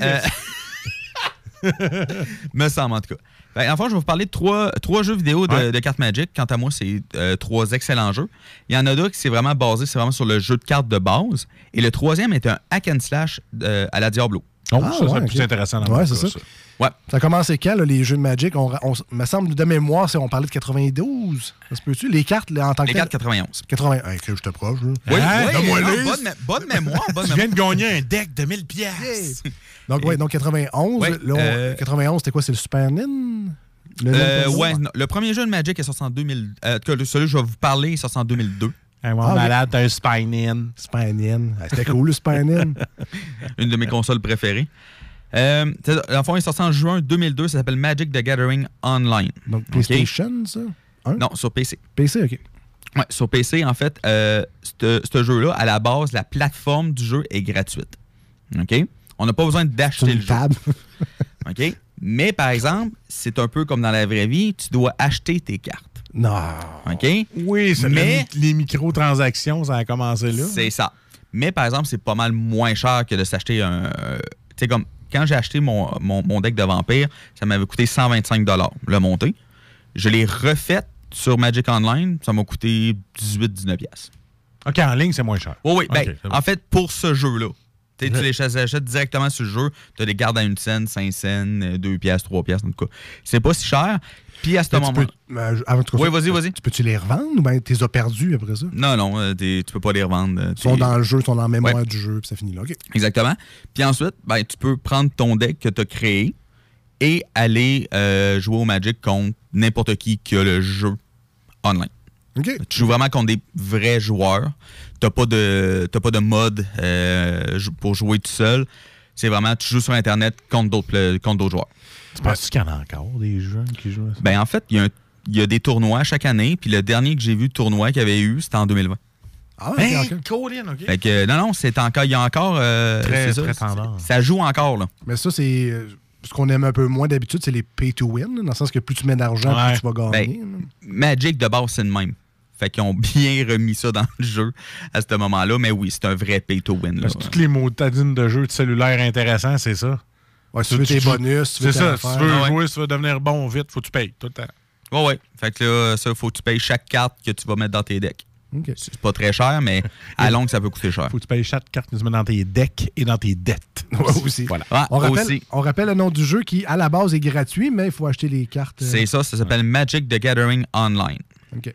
D: Euh... me semble, en tout cas. Ben, enfin, je vais vous parler de trois, trois jeux vidéo de, ouais. de cartes Magic. Quant à moi, c'est euh, trois excellents jeux. Il y en a deux qui c'est vraiment basé, c'est vraiment sur le jeu de cartes de base. Et le troisième est un hack and slash euh, à la Diablo.
G: Oh, ah, ça, ouais, c'est okay. plus intéressant. Dans
F: ouais, c'est ça. ça.
D: Ouais.
F: Ça a commencé quand, là, les jeux de Magic? On, on, me semble, de mémoire, on parlait de quatre-vingt-douze. Ça se peut-tu? Les cartes, là, en tant que
D: Les cartes quatre-vingt-onze.
F: quatre-vingt-onze. Hey, je te proche. Là.
D: Oui,
G: hein?
D: oui,
G: oui
D: non, bonne, bonne mémoire. Bonne
G: tu
D: mémoire.
G: viens de gagner un deck de mille piastres.
F: Donc, oui, donc quatre-vingt-onze.
D: Ouais,
F: là,
D: euh...
F: quatre-vingt-onze, c'était quoi? C'est le Super Nin?
D: Le, euh, ouais, non, le premier jeu de Magic est sorti en deux mille. Euh, celui que je vais vous parler est sorti en deux mille deux.
G: Un ah, malade, t'as un Spine-In.
F: Spine-In. Ah, c'était cool, le Spine-In.
D: Une de mes consoles préférées. Euh, en fond, il est sorti en juin deux mille deux. Ça s'appelle Magic the Gathering Online.
F: Donc, PlayStation, okay. ça? Hein?
D: Non, sur P C.
F: P C, OK.
D: Ouais, sur P C, en fait, euh, ce jeu-là, à la base, la plateforme du jeu est gratuite. OK? On n'a pas besoin d'acheter le
F: table.
D: jeu. OK? Mais, par exemple, c'est un peu comme dans la vraie vie, tu dois acheter tes cartes.
F: Non.
D: OK?
G: Oui, c'est
D: mais
G: le, les microtransactions, ça a commencé là.
D: C'est ça. Mais, par exemple, c'est pas mal moins cher que de s'acheter un... Euh, tu sais, comme... Quand j'ai acheté mon, mon, mon deck de vampire, ça m'avait coûté cent vingt-cinq dollars le monter. Je l'ai refait sur Magic Online, ça m'a coûté dix-huit dix-neuf piastres.
G: OK, en ligne, c'est moins cher.
D: Oui, oui.
G: Okay,
D: ben,
G: bon.
D: En fait, pour ce jeu-là, tu les achètes directement sur le jeu, tu les gardes à une scène, cinq cents, deux piastres, trois piastres, en tout cas. C'est pas si cher. Puis à ce moment
F: peux, euh, oui,
D: vas-y, vas-y.
F: Tu peux-tu les revendre ou bien tu les as perdus après ça?
D: Non, non, euh, tu peux pas les revendre.
F: Ils sont dans le jeu, ils sont dans la mémoire
D: ouais.
F: du jeu, puis ça finit là. OK.
D: Exactement. Puis ensuite, ben, tu peux prendre ton deck que tu as créé et aller euh, jouer au Magic contre n'importe qui qui a le jeu online.
F: Okay.
D: Tu joues vraiment contre des vrais joueurs. Tu n'as pas de, t'as pas de mode euh, pour jouer tout seul. C'est vraiment, tu joues sur Internet contre d'autres, contre d'autres joueurs.
G: Tu penses qu'il y en a encore des jeunes qui jouent à ça?
D: Ben, en fait, il y, y a des tournois chaque année. Puis le dernier que j'ai vu tournoi qu'il y avait eu, c'était en deux mille vingt.
F: Ah,
G: hey,
F: okay.
G: Colin, OK.
D: Fait que, non, non, c'est encore, il y a encore... Euh,
G: très,
D: c'est
G: très
D: ça,
G: tendance.
D: Ça joue encore, là.
F: Mais ça, c'est... Ce qu'on aime un peu moins d'habitude, c'est les pay-to-win, dans le sens que plus tu mets d'argent, ouais. plus tu vas gagner.
D: Ben, Magic, de base, c'est le même. Fait qu'ils ont bien remis ça dans le jeu à ce moment-là. Mais oui, c'est un vrai pay-to-win. Là.
G: Toutes les motadines de jeux de cellulaire intéressants, c'est ça.
F: Ouais, si tu veux tes bonus,
G: tu veux c'est ça. Si tu veux ah, jouer, ouais. si tu veux devenir bon vite, faut que tu payes tout le temps.
D: Oui, oui. Fait que là, ça, faut que tu payes chaque carte que tu vas mettre dans tes decks.
F: Okay.
D: C'est pas très cher, mais à longue, ça peut coûter cher.
G: Faut que tu payes chaque carte que tu mets dans tes decks et dans tes dettes.
F: Ouais, aussi.
D: Voilà. Ah,
F: on, rappelle,
D: aussi.
F: on rappelle le nom du jeu qui, à la base, est gratuit, mais il faut acheter les cartes.
D: C'est ça, ça s'appelle ouais. Magic the Gathering Online.
F: OK.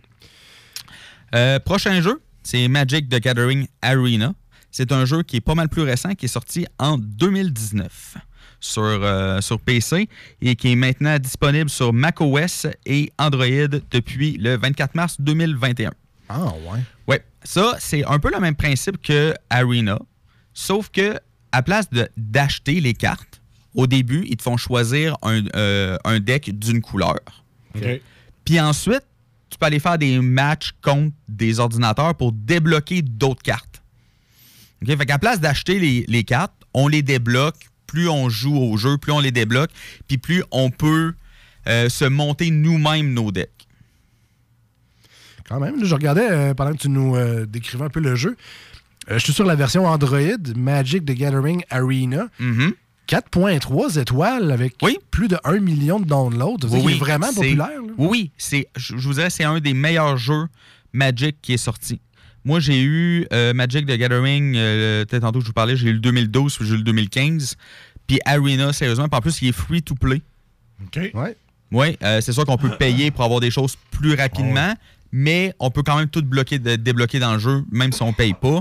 D: Euh, prochain jeu, c'est Magic the Gathering Arena. C'est un jeu qui est pas mal plus récent, qui est sorti en deux mille dix-neuf sur, euh, sur P C et qui est maintenant disponible sur macOS et Android depuis le vingt-quatre mars deux mille vingt et un.
F: Ah, ouais.
D: Ouais. Ça, c'est un peu le même principe que Arena, sauf que à place de, d'acheter les cartes, au début, ils te font choisir un, euh, un deck d'une couleur.
G: Okay.
D: Puis ensuite, tu peux aller faire des matchs contre des ordinateurs pour débloquer d'autres cartes. Okay? Fait qu'à place d'acheter les, les cartes, on les débloque plus on joue au jeu, plus on les débloque, puis plus on peut euh, se monter nous-mêmes nos decks.
F: Quand même, là, je regardais euh, pendant que tu nous euh, décrivais un peu le jeu. Euh, je suis sur la version Android, Magic the Gathering Arena.
D: Mm-hmm.
F: quatre virgule trois étoiles avec
D: oui.
F: plus de un million de downloads. Ça veut dire
D: oui,
F: qu'il est vraiment
D: c'est,
F: populaire. Là.
D: Oui, c'est, je, je vous dirais c'est un des meilleurs jeux Magic qui est sorti. Moi, j'ai eu euh, Magic the Gathering, euh, peut-être tantôt je vous parlais, j'ai eu le deux mille douze puis j'ai eu le deux mille quinze. Puis Arena, sérieusement, en plus, il est free to play.
F: OK. Ouais.
D: Oui, euh, c'est sûr qu'on peut payer pour avoir des choses plus rapidement, oh. mais on peut quand même tout bloquer, de, débloquer dans le jeu, même si on ne paye pas.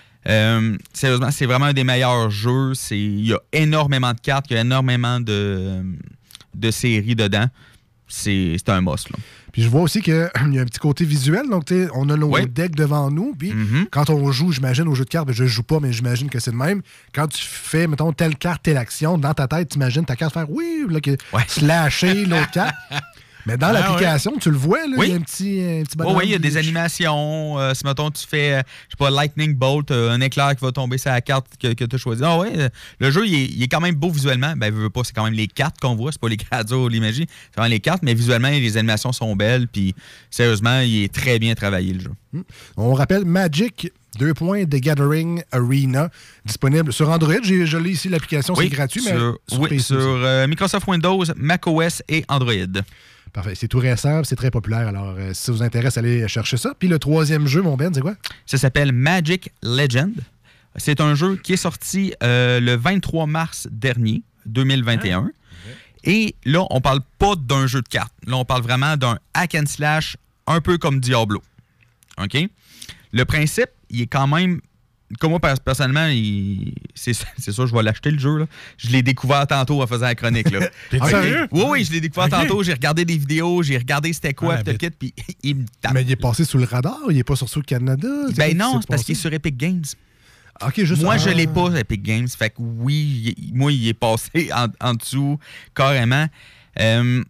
D: Euh, sérieusement, c'est vraiment un des meilleurs jeux. C'est, il y a énormément de cartes, il y a énormément de, de séries dedans. C'est, c'est un must, là.
F: Puis je vois aussi qu'il y a un petit côté visuel. Donc, tu sais, on a nos oui. decks devant nous. Puis mm-hmm. quand on joue, j'imagine, au jeu de cartes, ben, je ne joue pas, mais j'imagine que c'est le même. Quand tu fais, mettons, telle carte, telle action, dans ta tête, tu imagines ta carte faire oui, là, que, ouais. slasher l'autre carte. Mais dans ah, l'application, ouais. tu le vois, là, oui. il y a un petit, un petit bonhomme.
D: Oui, il y a des animations. Euh, si, mettons, tu fais, euh, je sais pas, Lightning Bolt, euh, un éclair qui va tomber sur la carte que, que tu as choisie. Ah oui, euh, le jeu, il est, il est quand même beau visuellement. Ben, veux pas, c'est quand même les cartes qu'on voit, c'est pas les créatures ou les magies. C'est vraiment les cartes, mais visuellement, les animations sont belles. Puis, sérieusement, il est très bien travaillé, le jeu.
F: Mmh. On rappelle Magic, deux points, The Gathering Arena, disponible sur Android. J'ai, je l'ai ici, l'application,
D: oui,
F: c'est gratuit.
D: Sur,
F: mais sur
D: oui,
F: P C
D: sur euh, Microsoft Windows, macOS et Android.
F: Parfait. C'est tout récent, c'est très populaire. Alors, euh, si ça vous intéresse, allez chercher ça. Puis le troisième jeu, mon Ben, c'est quoi?
D: Ça s'appelle Magic Legend. C'est un jeu qui est sorti euh, le vingt-trois mars dernier, deux mille vingt et un. Ah, okay. Et là, on parle pas d'un jeu de cartes. Là, on parle vraiment d'un hack and slash, un peu comme Diablo. OK? Le principe, il est quand même... Comme moi, personnellement, il... c'est, c'est sûr, je vais l'acheter, le jeu. Là. Je l'ai découvert tantôt en faisant la chronique. Là.
F: T'es okay. sérieux?
D: Oui, oui, je l'ai découvert okay. tantôt. J'ai regardé des vidéos, j'ai regardé c'était quoi, ah, puis il, il me tape.
F: Mais il est passé sous le radar, il est pas sur Sous Canada.
D: Ben non, c'est parce qu'il est sur Epic Games.
F: Okay, juste
D: moi,
F: ah.
D: je l'ai pas, Epic Games. Fait que oui, il, moi, il est passé en, en dessous, carrément. Euh,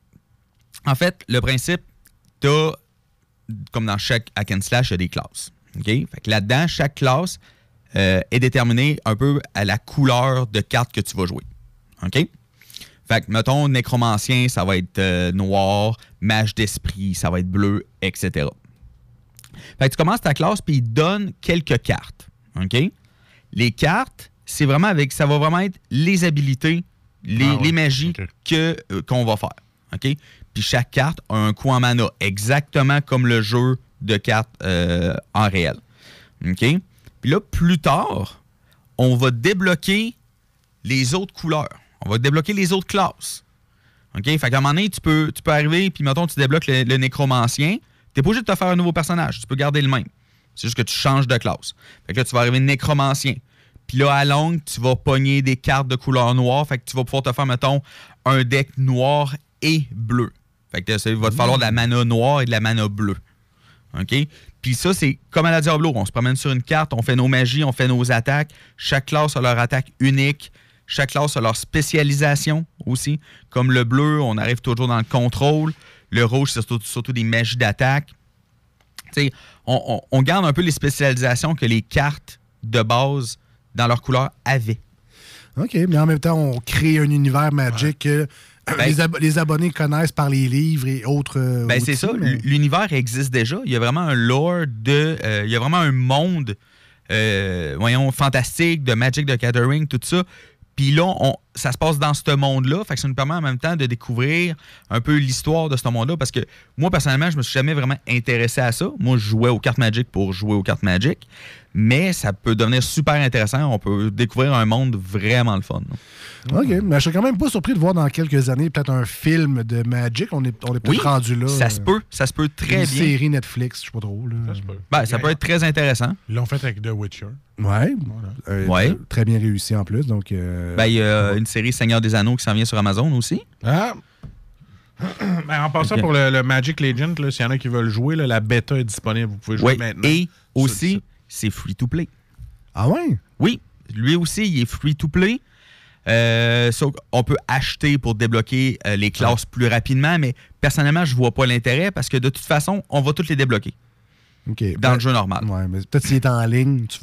D: en fait, le principe, t'as, comme dans chaque hack and slash, il y a des classes. Okay? Fait que là-dedans, chaque classe euh, est déterminée un peu à la couleur de carte que tu vas jouer. OK? Fait que, mettons, nécromancien, ça va être euh, noir, mage d'esprit, ça va être bleu, et cetera. Fait que tu commences ta classe, puis il te donne quelques cartes. OK? Les cartes, c'est vraiment avec, ça va vraiment être les habilités, les, ah ouais. les magies okay. que, euh, qu'on va faire. OK? Puis chaque carte a un coût en mana, exactement comme le jeu de cartes euh, en réel. OK? Puis là, plus tard, on va débloquer les autres couleurs. On va débloquer les autres classes. OK? Fait qu'à un moment donné, tu peux, tu peux arriver, puis mettons, tu débloques le, le nécromancien. Tu n'es pas obligé de te faire un nouveau personnage. Tu peux garder le même. C'est juste que tu changes de classe. Fait que là, tu vas arriver nécromancien. Puis là, à longue, tu vas pogner des cartes de couleur noire. Fait que tu vas pouvoir te faire, mettons, un deck noir et bleu. Fait que ça va te falloir de la mana noire et de la mana bleue. OK? Puis ça, c'est comme à la Diablo. On se promène sur une carte, on fait nos magies, on fait nos attaques. Chaque classe a leur attaque unique. Chaque classe a leur spécialisation aussi. Comme le bleu, on arrive toujours dans le contrôle. Le rouge, c'est surtout, surtout des magies d'attaque. T'sais, on, on, on garde un peu les spécialisations que les cartes de base, dans leur couleur, avaient.
F: OK, mais en même temps, on crée un univers Magic que ouais. ben, les, ab- les abonnés connaissent par les livres et autres euh,
D: ben
F: outils,
D: c'est ça,
F: mais...
D: l'univers existe déjà. Il y a vraiment un lore de... Euh, il y a vraiment un monde, euh, voyons, fantastique, de Magic the Gathering, tout ça. Puis là, on, ça se passe dans ce monde-là. Fait que ça nous permet en même temps de découvrir un peu l'histoire de ce monde-là. Parce que moi, personnellement, je me suis jamais vraiment intéressé à ça. Moi, je jouais aux cartes Magic pour jouer aux cartes Magic. Mais ça peut devenir super intéressant. On peut découvrir un monde vraiment le fun.
F: OK. Mais je serais quand même pas surpris de voir dans quelques années peut-être un film de Magic. On est, on est peut-être
D: oui,
F: rendu là.
D: Ça se peut. Ça se peut très
F: une
D: bien.
F: Une série Netflix, je sais pas trop. Là.
G: Ça se peut.
D: Ben, ça peut être très intéressant.
G: Ils l'ont fait avec The Witcher.
F: Ouais.
G: Voilà.
F: Euh,
D: ouais.
F: Très bien réussi en plus. Donc, euh...
D: ben, il y a une série Seigneur des Anneaux qui s'en vient sur Amazon aussi.
G: Ah! Ben, en passant okay. pour le, le Magic Legend, s'il y en a qui veulent jouer, là, la bêta est disponible. Vous pouvez jouer
D: ouais.
G: maintenant.
D: Et aussi, c'est free to play.
F: Ah ouais?
D: Oui. Lui aussi, il est free to play. Euh, so, on peut acheter pour débloquer euh, les classes ouais. plus rapidement, mais personnellement, je vois pas l'intérêt parce que de toute façon, on va toutes les débloquer.
F: Okay.
D: Dans
F: ben,
D: le jeu normal.
F: Ouais, mais peut-être s'il est en ligne, tu veux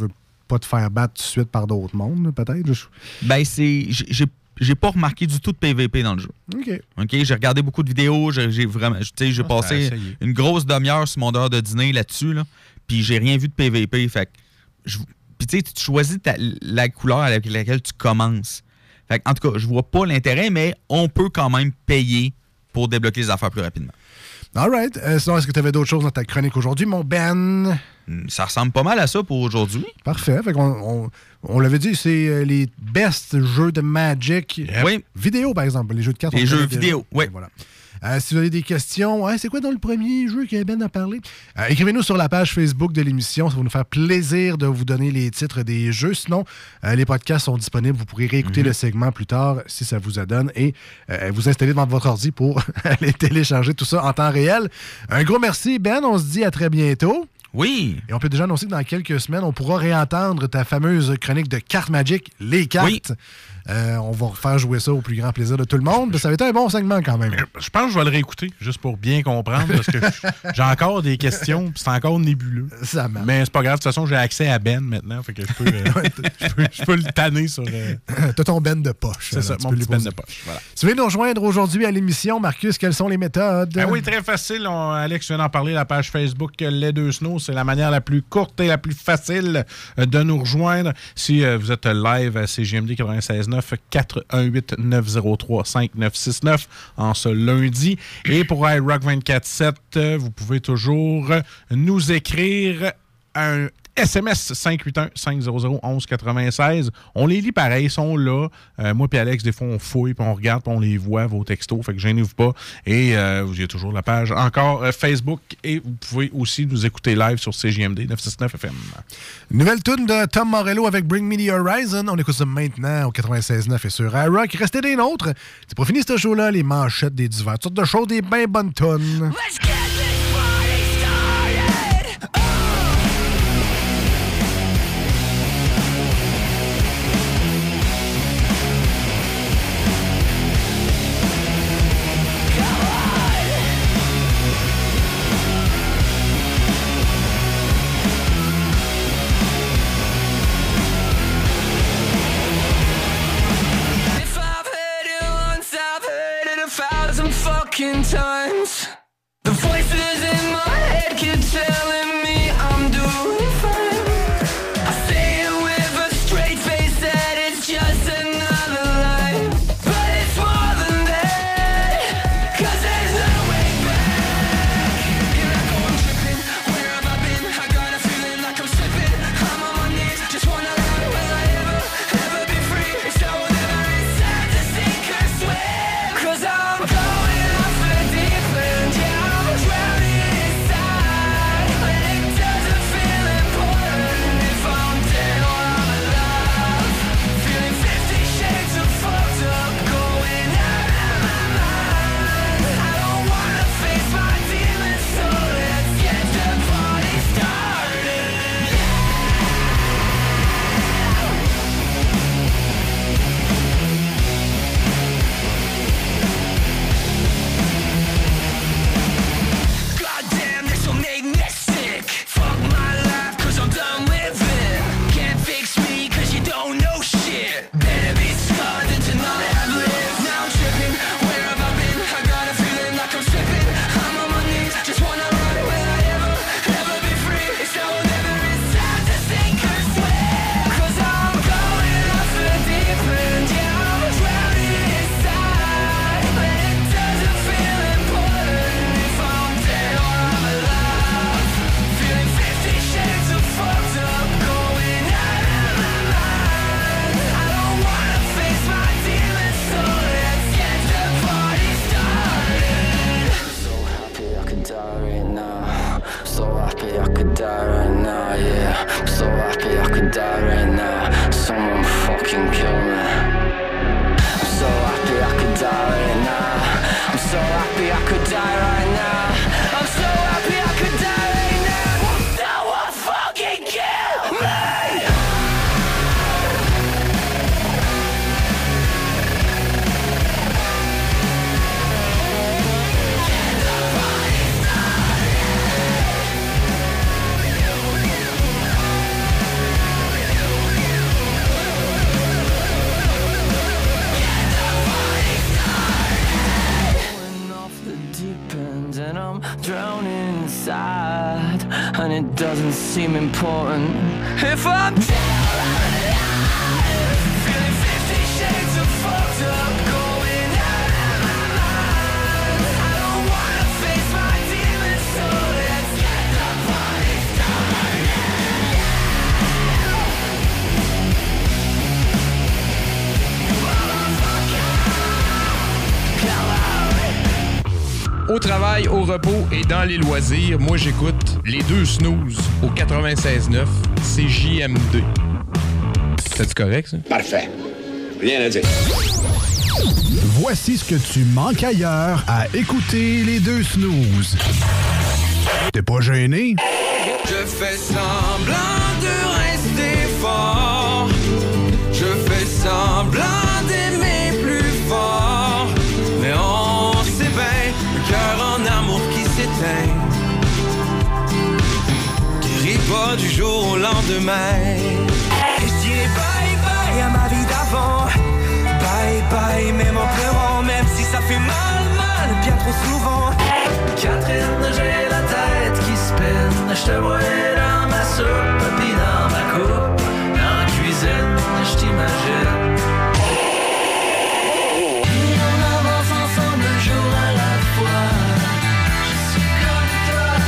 F: pas te faire battre tout de suite par d'autres mondes, peut-être? Je...
D: Ben, c'est... J'ai, j'ai pas remarqué du tout de P V P dans le jeu.
F: OK.
D: OK, j'ai regardé beaucoup de vidéos, j'ai, j'ai vraiment... Tu sais, j'ai ah, passé une grosse demi-heure sur mon heure de dîner là-dessus, là, puis j'ai rien vu de P V P, fait que... Je... Puis tu sais, tu choisis ta, la couleur avec laquelle tu commences. Fait que, en tout cas, je vois pas l'intérêt, mais on peut quand même payer pour débloquer les affaires plus rapidement.
F: All right. Euh, sinon, est-ce que tu avais d'autres choses dans ta chronique aujourd'hui, mon Ben?
D: Ça ressemble pas mal à ça pour aujourd'hui.
F: Parfait. Fait qu'on, on, on l'avait dit, c'est euh, les best jeux de Magic.
D: Yep. Oui.
F: Vidéo, par exemple. Les jeux de cartes.
D: Les jeux vidéo, oui.
F: Voilà. Euh, si vous avez des questions, ouais, c'est quoi dans le premier jeu que Ben a parlé? Euh, écrivez-nous sur la page Facebook de l'émission. Ça va nous faire plaisir de vous donner les titres des jeux. Sinon, euh, les podcasts sont disponibles. Vous pourrez réécouter mm-hmm. le segment plus tard si ça vous adonne et euh, vous installer devant votre ordi pour aller télécharger tout ça en temps réel. Un gros merci, Ben. On se dit à très bientôt.
D: Oui.
F: Et on peut déjà annoncer que dans quelques semaines, on pourra réentendre ta fameuse chronique de cartes Magic, les cartes. Oui. Euh, on va refaire jouer ça au plus grand plaisir de tout le monde. Ça va être un bon segment quand même.
G: Je pense que je vais le réécouter, juste pour bien comprendre, parce que j'ai encore des questions, puis c'est encore nébuleux. Ça marche. Mais c'est pas grave, de toute façon, j'ai accès à Ben maintenant, fait que je peux, euh, je peux, je peux le tanner sur... Euh...
F: T'as ton Ben de poche.
G: C'est alors, ça, mon petit Ben de poche. Voilà.
F: Tu veux nous rejoindre aujourd'hui à l'émission, Marcus, quelles sont les méthodes?
G: Ben oui, très facile. On, Alex vient d'en parler, la page Facebook Les Deux Snows, c'est la manière la plus courte et la plus facile de nous rejoindre. Si euh, vous êtes live à C J M D quatre-vingt-seize neuf, quatre un huit neuf zéro trois cinq neuf six neuf en ce lundi. Et pour iRock vingt-quatre sept, vous pouvez toujours nous écrire un S M S cinq huit un cinq zéro zéro un un neuf six. On les lit pareil, ils sont là. Euh, moi et Alex, des fois, on fouille, puis on regarde, puis on les voit, vos textos. Fait que gênez-vous pas. Et euh, vous avez toujours la page encore euh, Facebook. Et vous pouvez aussi nous écouter live sur C J M D neuf cent soixante-neuf F M.
F: Nouvelle tune de Tom Morello avec Bring Me the Horizon. On écoute ça maintenant au quatre-vingt-seize neuf et sur iRock. Restez des nôtres. C'est pour finir ce show-là, les manchettes des divers. Toutes sortes de choses, des bien bonnes tunes.
H: Times the voices in my head keep telling me I'm doing fine. I say it with a straight face that it's just another line, but it's more than that, cause there's no way back. Here I go, I'm tripping, where have I been? I got a feeling like I'm slipping. I'm on my knees, just wanna learn, will I ever, ever be free? So whatever it's sad to sink or swim, cause I'm going off a deep end. seem important. If I'm down on it, feeling fifty shades of fucked up, going out of my mind. I don't wanna face my demons, so let's get the party started.
A: Au travail, au repos et dans les loisirs, moi j'écoute les deux snooze au quatre-vingt-seize neuf C J M D. C'est correct, ça?
L: Parfait. Rien à dire.
E: Voici ce que tu manques ailleurs à écouter les deux snooze. T'es pas gêné?
H: Je fais semblant de rester fort. Je fais semblant d'aimer plus fort. Mais on sait bien, le cœur en amour qui s'éteint guérit pas du jour au lendemain. Et je dirais bye bye à ma vie d'avant. Bye bye même en pleurant, même si ça fait mal, mal, bien trop souvent. Catherine, j'ai la tête qui spinne. Je te vois dans ma soupe, puis dans ma coupe. Dans la cuisine, je t'imagine. Et on avance ensemble un jour à la fois. Je suis comme toi,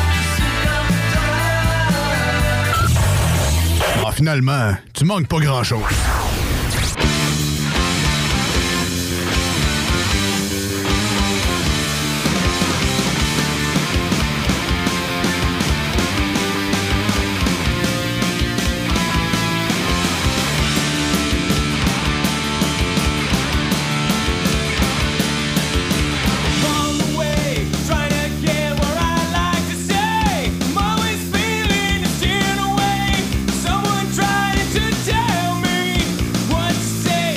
H: je suis comme toi.
E: Ah, finalement, tu manques pas grand-chose.
H: Someone trying to tell me what to say.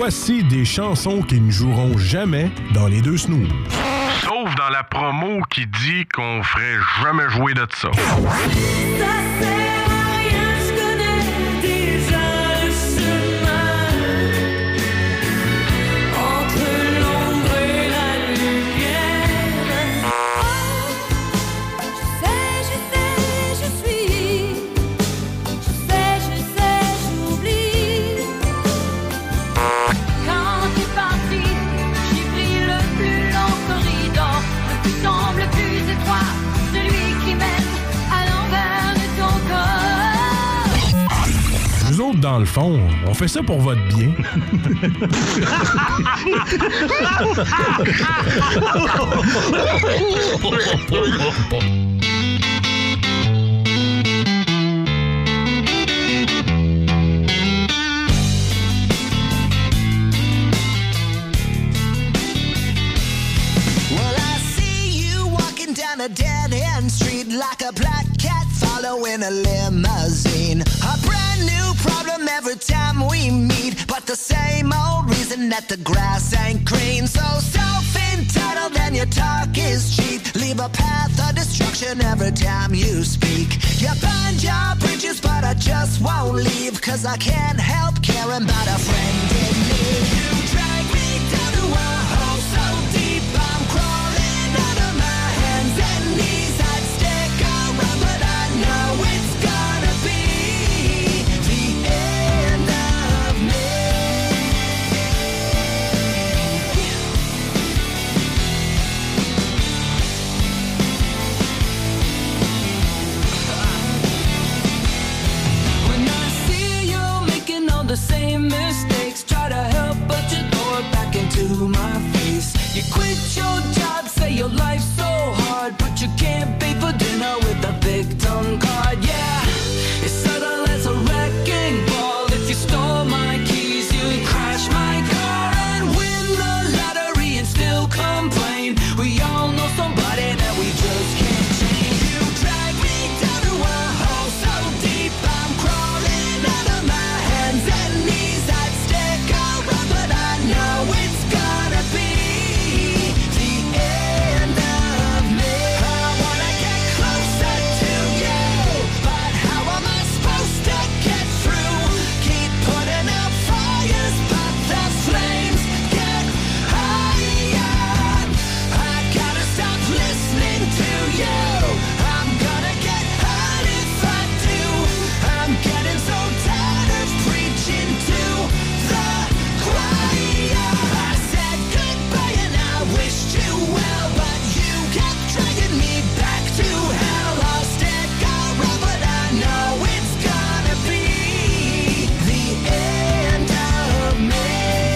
M: Voici des chansons qui ne joueront jamais dans les deux snooze.
I: Sauf dans la promo qui dit qu'on ferait jamais jouer de ça.
M: Nous autres, dans le fond, on fait ça pour votre bien.
C: Well, I see you walking down a dead-end street like a black cat following a limousine. A brand new problem every time we meet, but the same old reason that the grass ain't green. So self-entitled and your talk is cheap. Leave a path of destruction every time you speak. You burn your bridges, but I just won't leave, 'cause I can't help caring about a friend in need. You drag me down to a hole so deep, I'm crawling out of my hands and knees. I'd stick around, but I know it's gonna be the end of me. When I see you making all the same mistakes, try to help but you throw it back into my face. You quit your job, say your life's so hard, but you can't pay for dinner with a big tongue card. Yeah, it's subtle as a wrecking ball. If you stole my keys, you'd crash my car and win the lottery and still complain. We all know somebody that we just can't change. You drag me down to a hole so deep, I'm crawling out of my hands and knees. I'd stick around, but I know it's gonna be the end of me. I wanna get closer to you, but how am I supposed to get through? Keep putting out fires, but the flames get higher. I gotta stop listening to you. I'm gonna get hurt if I do. I'm getting so tired of preaching to the choir. I said goodbye and I wished you well, but you kept dragging me back to hell. I'll stick around, but I know it's gonna be the end of me.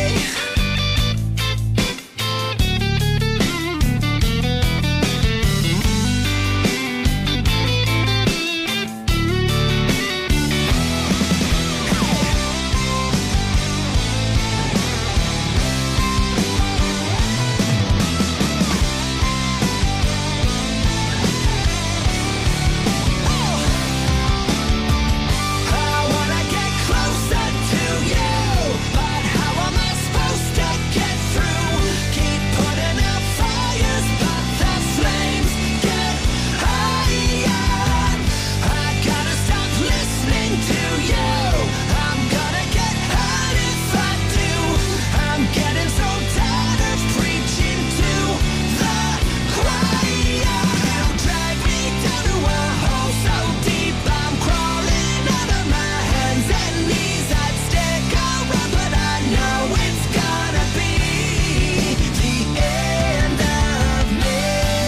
C: I wanna get closer to you, but how am I supposed to get through? Keep putting out fires, but the flames get higher. I gotta stop listening to you. I'm gonna get hurt if I do. I'm getting so tired of preaching to the choir. You drag me down to a hole so deep, I'm crawling out of my hands and knees. I'd stick around, but I know it's gonna be the end of me.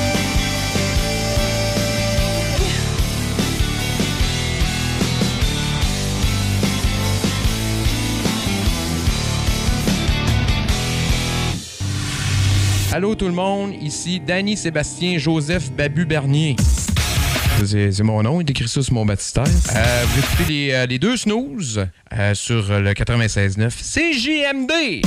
A: Allô tout le monde, ici Danny Sébastien Joseph Babu Bernier. C'est c'est mon nom, il écrit ça sur mon baptistère. Euh, vous écoutez les, euh, les deux snooze euh, sur le quatre-vingt-seize neuf C J M D.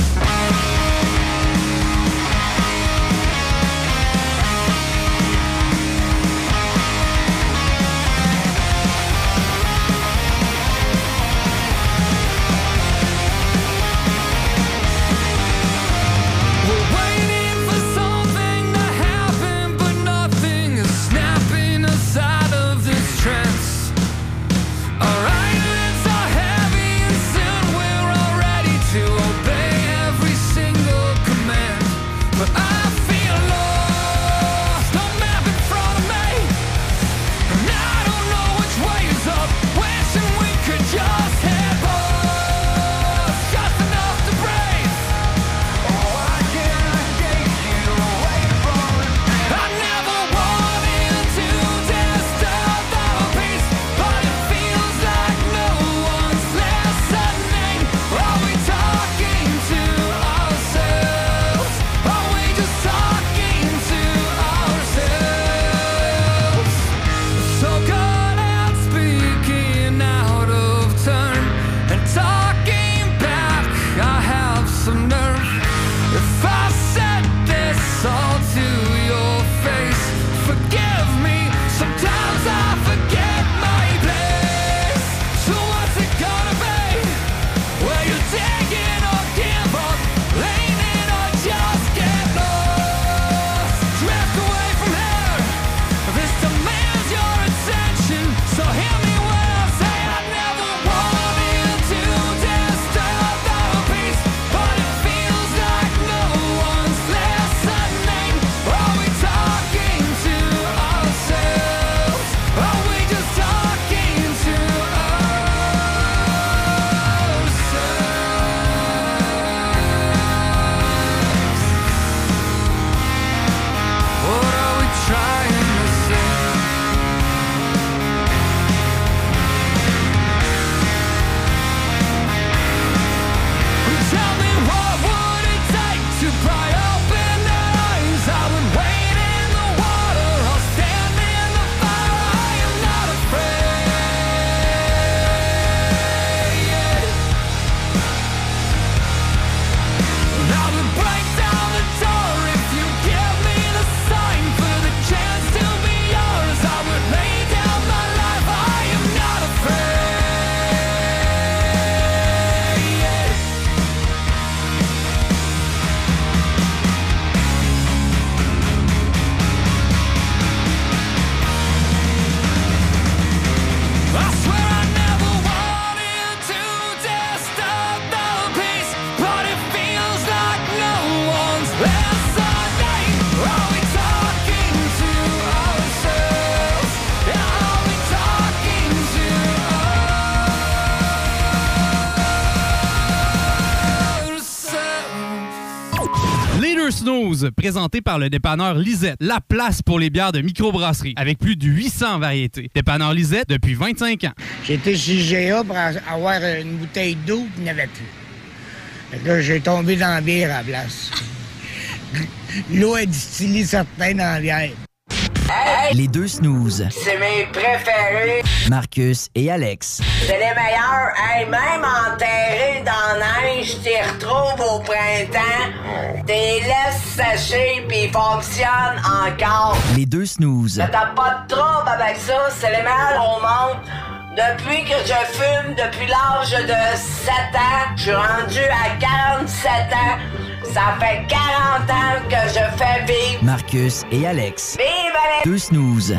N: deux snooze, présentés par le dépanneur Lisette, la place pour les bières de microbrasserie, avec plus de huit cents variétés. Dépanneur Lisette depuis vingt-cinq ans.
O: J'ai été chez G A pour avoir une bouteille d'eau, puis il n'y en avait plus. Fait que là, j'ai tombé dans la bière à la place. L'eau est distillée certains dans la bière.
P: Les deux snooze.
Q: C'est mes préférés.
P: Marcus et Alex.
Q: C'est les meilleurs. Hey, même enterrés dans la neige, t'y retrouves au printemps. T'es laisses sécher puis ils fonctionnent encore.
P: Les deux snooze.
Q: T'as pas de trouble avec ça. C'est les meilleurs au monde. Depuis que je fume, depuis l'âge de sept ans, je suis rendu à quarante-sept ans. Ça fait quarante ans que je fais vivre.
P: Marcus et Alex.
Q: Vive les
P: deux snooze.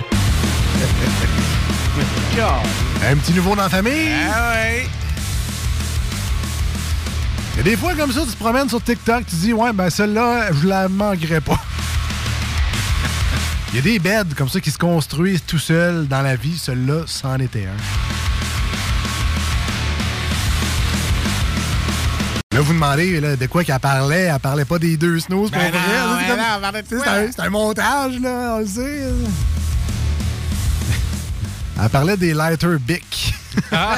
F: Un petit nouveau dans la famille.
G: Ah ouais.
F: Il y a des fois comme ça, tu te promènes sur TikTok, tu dis, ouais, ben celle-là, je la manquerai pas. Il y a des beds comme ça qui se construisent tout seuls dans la vie. Celui-là, c'en était un. Là, vous demandez là, de quoi qu'elle parlait. Elle parlait pas des deux snooze pour
G: ben
F: vrai.
G: Non,
F: Là,
G: ben
F: comme...
G: non, elle parlait de
F: c'est,
G: quoi?
F: un, c'est un montage, là, on le sait. Elle parlait des lighter Bic.
G: Ah.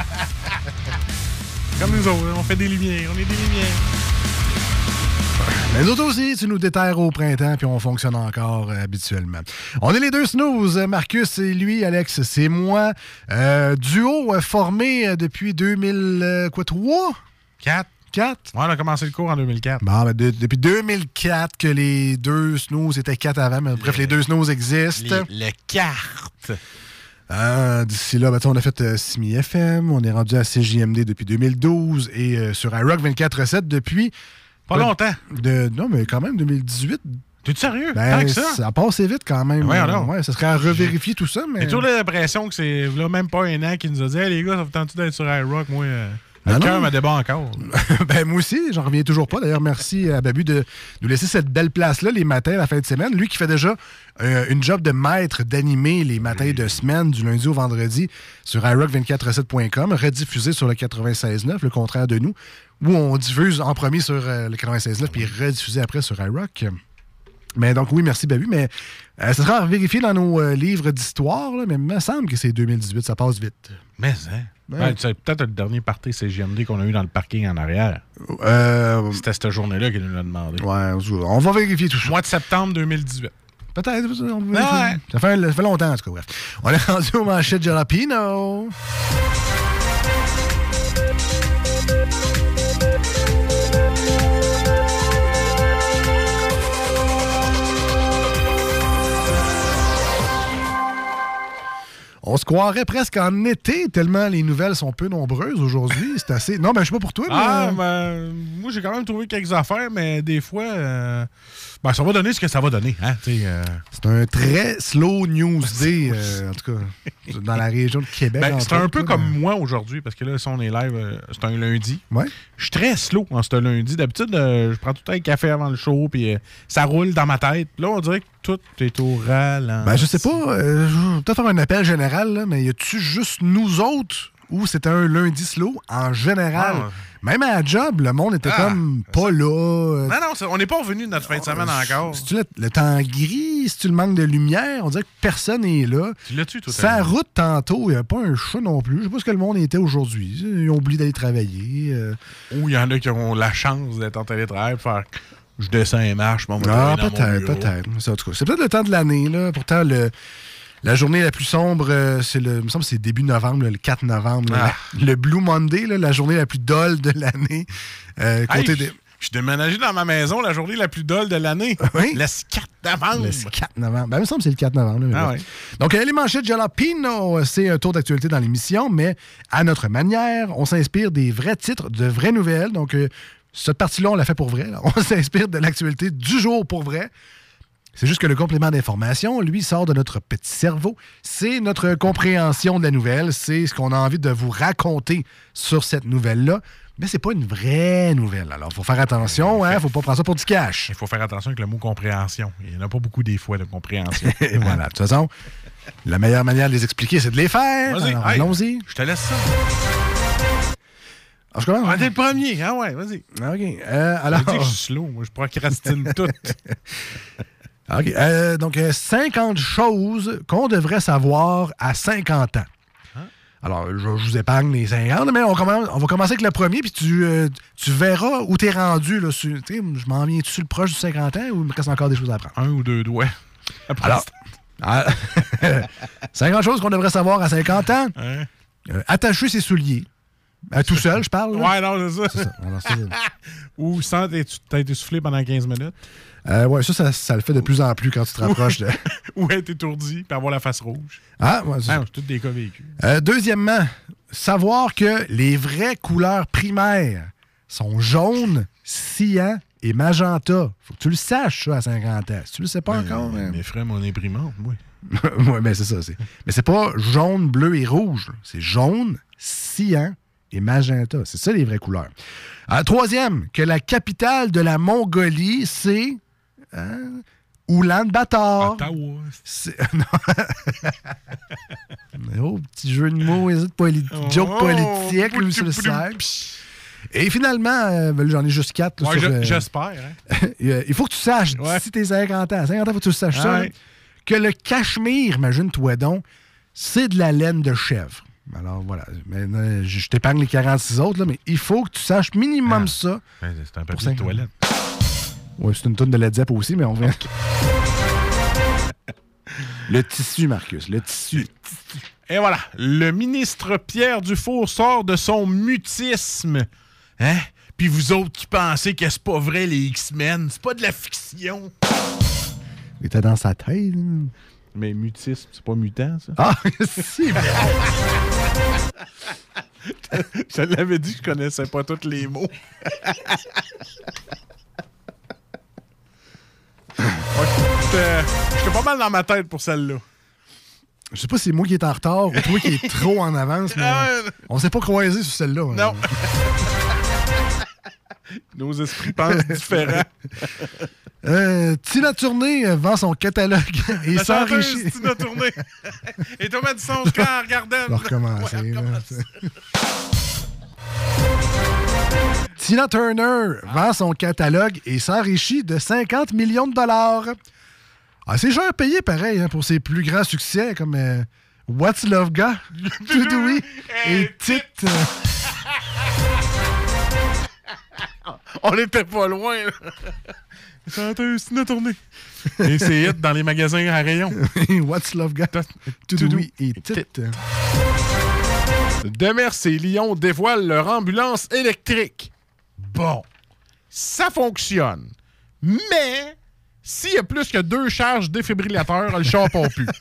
G: Comme nous autres, on fait des lumières. On est des lumières.
F: Mais nous autres aussi, tu nous déterres au printemps puis on fonctionne encore euh, habituellement. On est les deux snooze. Marcus, c'est lui. Alex, c'est moi. Euh, duo euh, formé euh, depuis deux mille trois?
G: quatre.
F: quatre?
G: Ouais, on a commencé le cours en deux mille quatre.
F: Bon, ben, de, depuis deux mille quatre que les deux snooze étaient quatre avant. Mais bref, les deux snooze existent.
G: Les, les cartes.
F: Euh, d'ici là, ben, on a fait euh, Simi F M. On est rendu à C J M D depuis deux mille douze et euh, sur iRock vingt-quatre sept depuis...
G: Pas longtemps.
F: De, non, mais quand même, deux mille dix-huit.
G: T'es-tu sérieux?
F: Ben,
G: Tant que ça?
F: Ça a passé vite quand même.
G: Ouais, alors.
F: Ouais, ça serait à revérifier tout ça, mais...
G: J'ai toujours l'impression que c'est là, même pas un an qui nous a dit hey, les gars, ça vous tente d'être sur iRock? Moi, euh, le
F: Ah
G: cœur
F: non.
G: m'a débat encore.
F: Ben, moi aussi, j'en reviens toujours pas. D'ailleurs, merci à Babu de nous laisser cette belle place-là les matins, la fin de semaine. Lui qui fait déjà euh, une job de maître d'animer les matins de semaine du lundi au vendredi sur iRock vingt-quatre sept point com, rediffusé sur le quatre-vingt-seize neuf, le contraire de nous, où on diffuse en premier sur euh, le quatre-vingt-seize neuf puis rediffusé après sur iRock. Mais donc, oui, merci Babu. Mais euh, ça sera à vérifier dans nos euh, livres d'histoire, là, mais il me semble que c'est deux mille dix-huit, ça passe vite.
G: Mais, hein?
F: Ouais.
G: Ouais, c'est peut-être le dernier party C J M D qu'on a eu dans le parking en arrière.
F: Euh,
G: C'était cette journée-là qu'il nous l'a demandé.
F: Ouais, on va vérifier tout ça.
G: Mois de septembre deux mille dix-huit.
F: Peut-être. On peut
G: ouais.
F: ça, fait, ça fait longtemps, en tout cas. Bref. On est rendu aux manchettes Jalapino. On se croirait presque en été, tellement les nouvelles sont peu nombreuses aujourd'hui. C'est assez... Non, ben, je sais pas pour toi, mais...
G: Ah, ben, moi, j'ai quand même trouvé quelques affaires, mais des fois, euh, ben, ça va donner ce que ça va donner. Hein, euh...
F: C'est un très slow news day, euh, en tout cas, dans la région de Québec.
G: Ben, c'est un
F: autres,
G: peu
F: là,
G: comme
F: ben...
G: moi aujourd'hui, parce que là, si on est live, euh, c'est un lundi.
F: Ouais.
G: Je suis très slow en ce lundi. D'habitude, euh, je prends tout le temps un café avant le show, puis euh, ça roule dans ma tête. Là, on dirait que tout est au ralenti.
F: Ben, je sais pas. Euh, je vais peut-être faire un appel général, là, mais y a-tu juste nous autres ou c'était un lundi slow en général? Ah. Même à la job, le monde était ah, comme pas là.
G: Non, non, on n'est pas revenu de notre fin de semaine encore.
F: C'est-tu le, le temps gris? C'est-tu le manque de lumière? On dirait que personne n'est là.
G: Tu l'as-tu, toi?
F: Sa route, tantôt, il n'y a pas un chat non plus. Je sais pas ce que le monde était aujourd'hui. Ils ont oublié d'aller travailler. Euh...
G: Ou il y en a qui ont la chance d'être en télétravail pour faire... Je descends et marche. Bon,
F: ah, peut-être, peut-être. C'est, en tout cas, c'est peut-être le temps de l'année, là. Pourtant, le... La journée la plus sombre, euh, c'est le, il me semble que c'est début novembre, là, le quatre novembre. Là, ah. Le Blue Monday, là, la journée la plus dolle de l'année. Euh,
G: hey,
F: je,
G: des... je suis déménagé dans ma maison la journée la plus dolle de l'année.
F: Oui?
G: Le quatre novembre.
F: Le quatre novembre. Ben, il me semble que c'est le quatre novembre. Là,
G: ah, oui.
F: Donc, euh, les manchettes Jalapino, c'est un tour d'actualité dans l'émission, mais à notre manière, on s'inspire des vrais titres, de vraies nouvelles. Donc, euh, cette partie-là, on l'a fait pour vrai. Là. On s'inspire de l'actualité du jour pour vrai. C'est juste que le complément d'information, lui, sort de notre petit cerveau. C'est notre compréhension de la nouvelle. C'est ce qu'on a envie de vous raconter sur cette nouvelle-là. Mais c'est pas une vraie nouvelle. Alors, il faut faire attention. Il hein, ne faut pas prendre ça pour du cash.
G: Il faut faire attention avec le mot compréhension. Il n'y en a pas beaucoup des fois de compréhension.
F: Et voilà. De toute façon, la meilleure manière de les expliquer, c'est de les faire.
G: Vas-y,
F: Alors,
G: hey,
F: allons-y.
G: Je te laisse ça.
F: Ah, je commence?
G: Ah, t'es le premier. Ah ouais, vas-y.
F: OK. Euh, alors...
G: Je dis que je suis slow. Moi, je procrastine tout.
F: OK. Euh, donc, euh, cinquante choses qu'on devrait savoir à cinquante ans. Hein? Alors, je, je vous épargne les cinquante, mais on, commence, on va commencer avec le premier, puis tu, euh, tu verras où t'es rendu. Là, sur, je m'en viens-tu sur le proche du cinquante ans ou il me reste encore des choses à apprendre?
G: Un ou deux doigts.
F: Alors, ah, cinquante choses qu'on devrait savoir à cinquante ans.
G: Hein?
F: Euh, attacher ses souliers. Euh, tout seul, je parle. Là.
G: Ouais, non, c'est ça.
F: C'est ça. Alors, c'est...
G: Ou sans t'être essoufflé pendant quinze minutes.
F: Euh, ouais, ça, ça, ça le fait de plus en plus quand tu te rapproches de...
G: Ou être étourdi puis avoir la face rouge.
F: Ah, ouais, c'est
G: ah,
F: ça.
G: c'est tous des cas vécus.
F: Euh, deuxièmement, savoir que les vraies couleurs primaires sont jaune, cyan et magenta. Faut que tu le saches, ça, à cinquante ans. Si tu le sais pas
G: ben,
F: encore...
G: Mais
F: mais...
G: ferait mon imprimante, oui.
F: oui, mais c'est ça. C'est... Mais c'est pas jaune, bleu et rouge. Là. C'est jaune, cyan et magenta. C'est ça, les vraies couleurs. Euh, troisième, que la capitale de la Mongolie, c'est... Hein? Oulan-Bator.
G: Ottawa.
F: C'est... oh, petit jeu de mots, politi... oh, joke politique, lui, sur le site. Et finalement, euh, ben, j'en ai juste quatre.
G: Ouais,
F: sur,
G: je,
F: euh...
G: j'espère. Hein?
F: Il faut que tu saches,
G: ouais.
F: d'ici tes cinquante ans, cinquante ans, il faut que tu saches
G: ah,
F: ça,
G: ouais.
F: que le cachemire, imagine-toi donc, c'est de la laine de chèvre. Alors voilà, maintenant, je t'épargne les quarante-six autres, là, mais il faut que tu saches minimum ah. ça.
G: Ben, c'est un papier de toilette.
F: Oui, c'est une tonne de Led Zepp aussi, mais on vient... Le tissu, Marcus, le tissu.
G: Et voilà, le ministre Pierre Dufour sort de son mutisme. Hein? Puis vous autres qui pensez que c'est pas vrai, les X-Men, c'est pas de la fiction.
F: Il était dans sa tête. Hein?
G: Mais mutisme, c'est pas mutant, ça?
F: Ah, si!
G: Je l'avais dit que je connaissais pas tous les mots. Ouais, j'étais, j'étais pas mal dans ma tête pour celle-là.
F: Je sais pas si c'est moi qui est en retard ou toi qui est trop en avance, mais on s'est pas croisés sur celle-là.
G: Non. Hein. Nos esprits pensent différents.
F: Euh, Tina Turner vend son catalogue et
G: la
F: s'enrichit.
G: Tina Turner. Et Thomas dit son score, regardez.
F: On va recommencer. Ouais, Tina Turner ah. vend son catalogue et s'enrichit de cinquante millions de dollars. Ah, c'est cher payé, pareil, hein, pour ses plus grands succès, comme euh, What's Love Got, To Do It et Tit.
G: On n'était pas loin, là. Chanteuse Tina Turner. Et c'est hit dans les magasins à rayon.
F: What's Love Got, To Do It et Tit.
G: Demers et Lyon dévoilent leur ambulance électrique. Bon, ça fonctionne. Mais, s'il y a plus que deux charges défibrillateurs, le char part plus.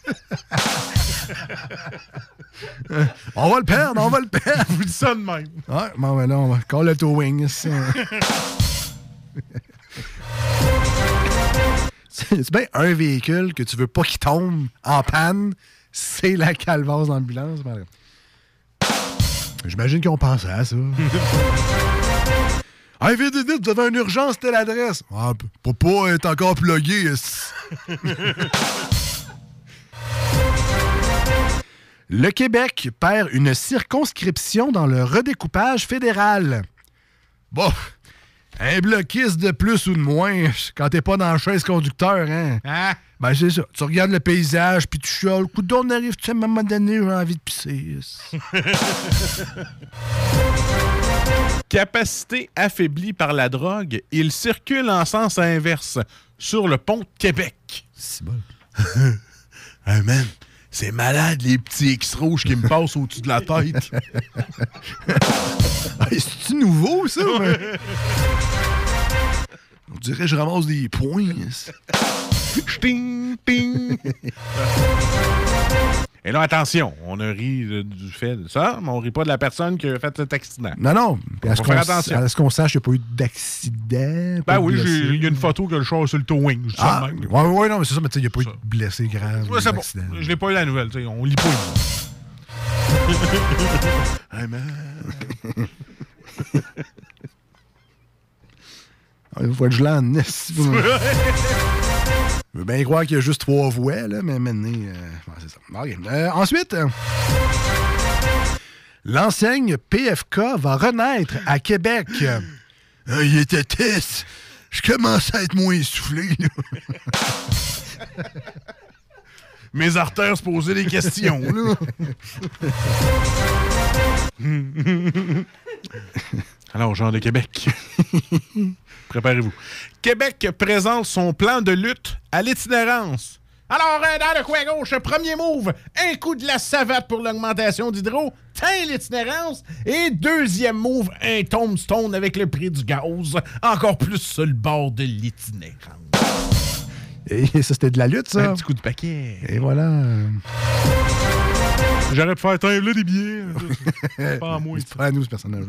F: On va le perdre, on va le perdre.
G: Je vous dis ça de même.
F: Ouais, bon, ben là, on va call le towing. C'est, c'est bien un véhicule que tu veux pas qu'il tombe en panne, c'est la calvasse d'ambulance. J'imagine qu'ils ont pensé à ça. Hey, vite, vite, vite, vous avez une urgence, telle adresse. Ah, papa est encore plugué. Le Québec perd une circonscription dans le redécoupage fédéral. Bon, un bloquiste de plus ou de moins quand t'es pas dans la chaise conducteur, hein?
G: Hein?
F: Ben, c'est ça. Tu regardes le paysage, puis tu chiales. Coup d'on arrive, tu sais, à un moment donné, j'ai envie de pisser.
G: Capacité affaiblie par la drogue, il circule en sens inverse sur le pont de Québec.
F: C'est bon.
G: Hey man, c'est malade les petits X rouges qui me passent au-dessus de la tête.
F: Hey, c'est-tu nouveau, ça? Mais... On dirait que je ramasse des points.
G: Ting, ting. Et là, attention, on a ri de, du fait de ça, mais on rit pas de la personne qui a fait cet accident.
F: Non, non.
G: On va faire attention.
F: À ce qu'on sache, il n'y a pas eu d'accident.
G: Ben oui, il y a une photo que le char sur le towing. Je dis
F: ah,
G: ça même.
F: Oui, oui, non, mais c'est ça, mais tu sais, il n'y a pas ça. eu de blessé grave.
G: Ouais, c'est bon. Je l'ai pas eu la nouvelle, tu sais, on lit pas. Hey man.
F: Il faut que je l'en laisse. Je veux bien croire qu'il y a juste trois voies, là, mais maintenant, euh, ouais, c'est ça. Okay. Euh, ensuite, euh, L'enseigne P F K va renaître à Québec.
E: Ah, il était test. Je commence à être moins essoufflé, là.
G: Mes artères se posaient des questions, là. Alors, Jean de Québec. Préparez-vous. Québec présente son plan de lutte à l'itinérance. Alors, euh, dans le coin gauche, premier move, un coup de la savate pour l'augmentation d'hydro, teint l'itinérance, et deuxième move, un tombstone avec le prix du gaz, encore plus sur le bord de l'itinérance.
F: Et ça, c'était de la lutte, ça?
G: Un petit coup de paquet.
F: Et voilà.
G: J'aurais pu faire teindre là des billets. C'est pas à moi.
F: C'est pas à nous, ce personnage.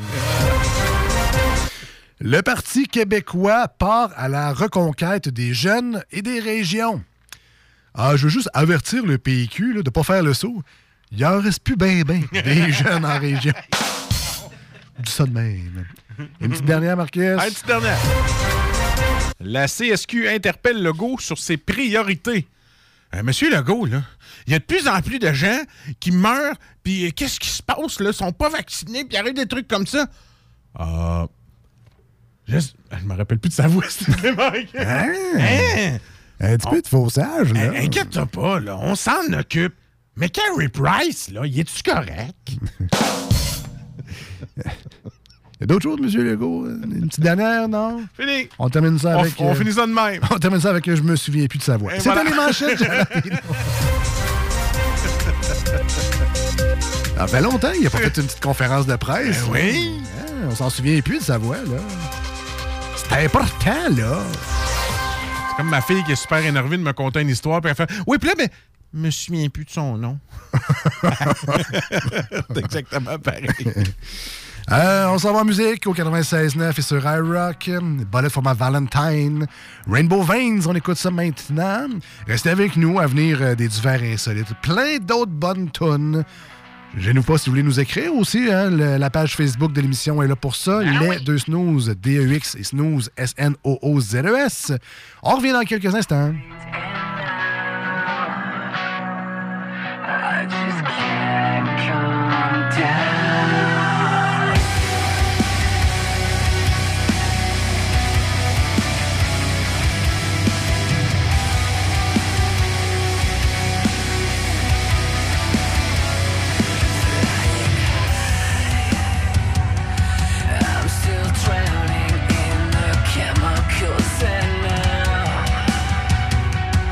F: Le Parti québécois part à la reconquête des jeunes et des régions. Ah, je veux juste avertir le P Q là, de ne pas faire le saut. Il en reste plus ben ben des jeunes en région. Je dis ça de même. Une petite dernière, Marcus.
G: Ah, une petite dernière. La C S Q interpelle Legault sur ses priorités. Euh, Monsieur Legault, là, il y a de plus en plus de gens qui meurent, puis euh, qu'est-ce qui se passe, là? Ils sont pas vaccinés, puis il arrive des trucs comme ça. Ah... Euh, je... je me rappelle plus de sa voix, c'était vraiment...
F: Hein?
G: Hein?
F: Un petit on... peu de faussage, là.
G: Euh, inquiète-toi pas, là, on s'en occupe. Mais Carey Price, là, il est-tu correct?
F: Il y a d'autres choses, M. Legault? Une petite dernière, non?
G: Fini.
F: On termine ça
G: on
F: avec...
G: On euh, finit ça de même.
F: On termine ça avec « Je me souviens plus de sa voix ». C'était voilà. Les manchettes. Ça fait longtemps qu'il n'a pas fait une petite conférence de presse.
G: Ben oui.
F: Hein, on s'en souvient plus de sa voix, là. C'est important, là.
G: C'est comme ma fille qui est super énervée de me conter une histoire, puis elle fait « Oui, puis là, mais... » Je me souviens plus de son nom. C'est exactement pareil.
F: Euh, on s'en va en musique au quatre-vingt-seize neuf et sur iRock. Bullet for my Valentine. Rainbow Veins, on écoute ça maintenant. Restez avec nous à venir euh, des divers insolites. Plein d'autres bonnes tunes. Gênez-vous pas si vous voulez nous écrire aussi. Hein, le, la page Facebook de l'émission est là pour ça. Ah, Les oui. deux snooze, D E X et snooze, S N O O Z E S. On revient dans quelques instants.
H: I just can't come down. I'm still drowning in the chemicals and now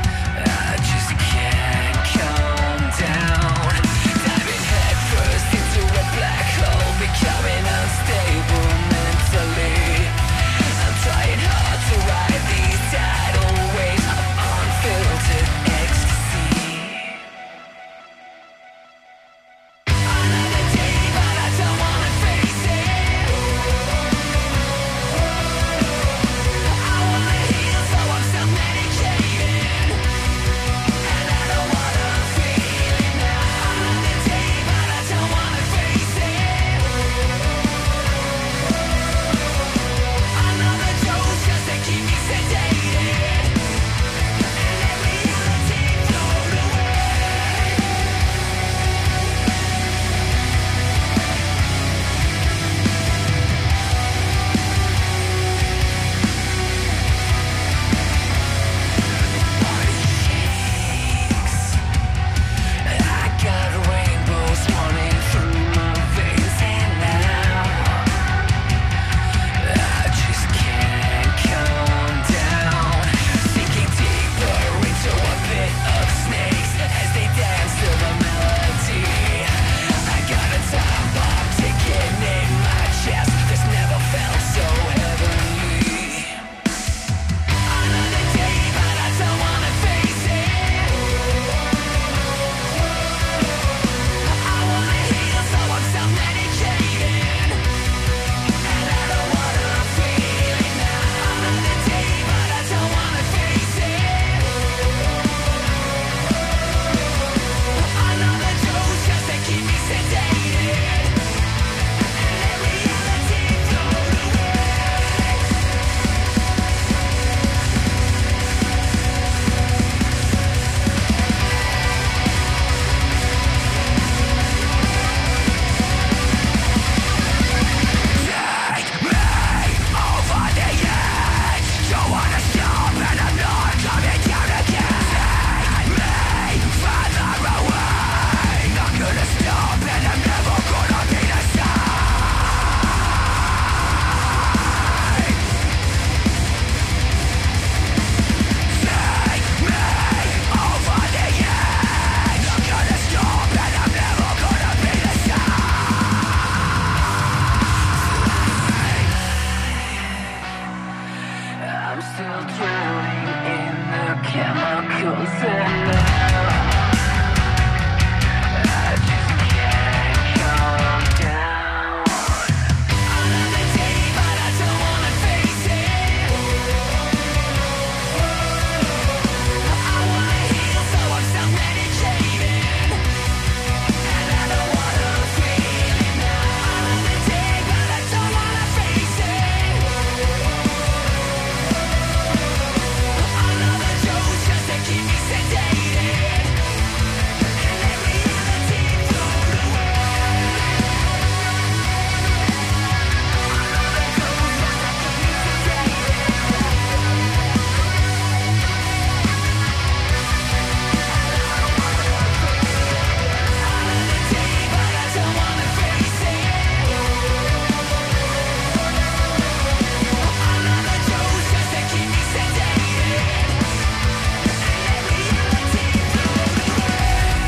H: still drowning in the chemicals in love. I just can't calm down. Another day, but I don't wanna face it. I wanna heal, so I'm self-medicating. And I don't wanna feel it now. Another day, but I don't wanna face it. Another dose just to keep me sedated. And let reality thrown away. Another dose just to keep me sedated. Another day, but I don't wanna face it. Another dose just to keep me sedated. And let reality thrown away.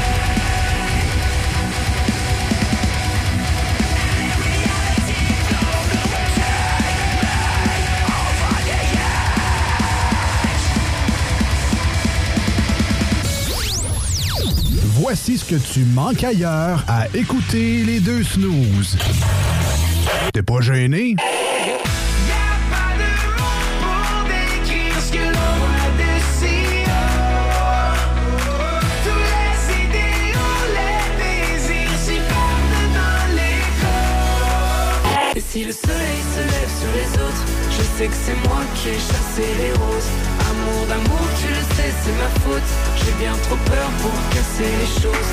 H: And let reality thrown away. Over the
E: Voici ce que tu manques ailleurs à écouter les deux snooze. T'es pas gêné?
H: Pour décrire ce que l'on voit d'ici. Tous les idéaux, les désirs s'y perdent dans les corps. Et si le soleil se lève sur les autres, je sais que c'est moi qui ai chassé les roses. Amour d'amour, tu le sais, c'est ma faute. J'ai bien trop peur pour casser les choses.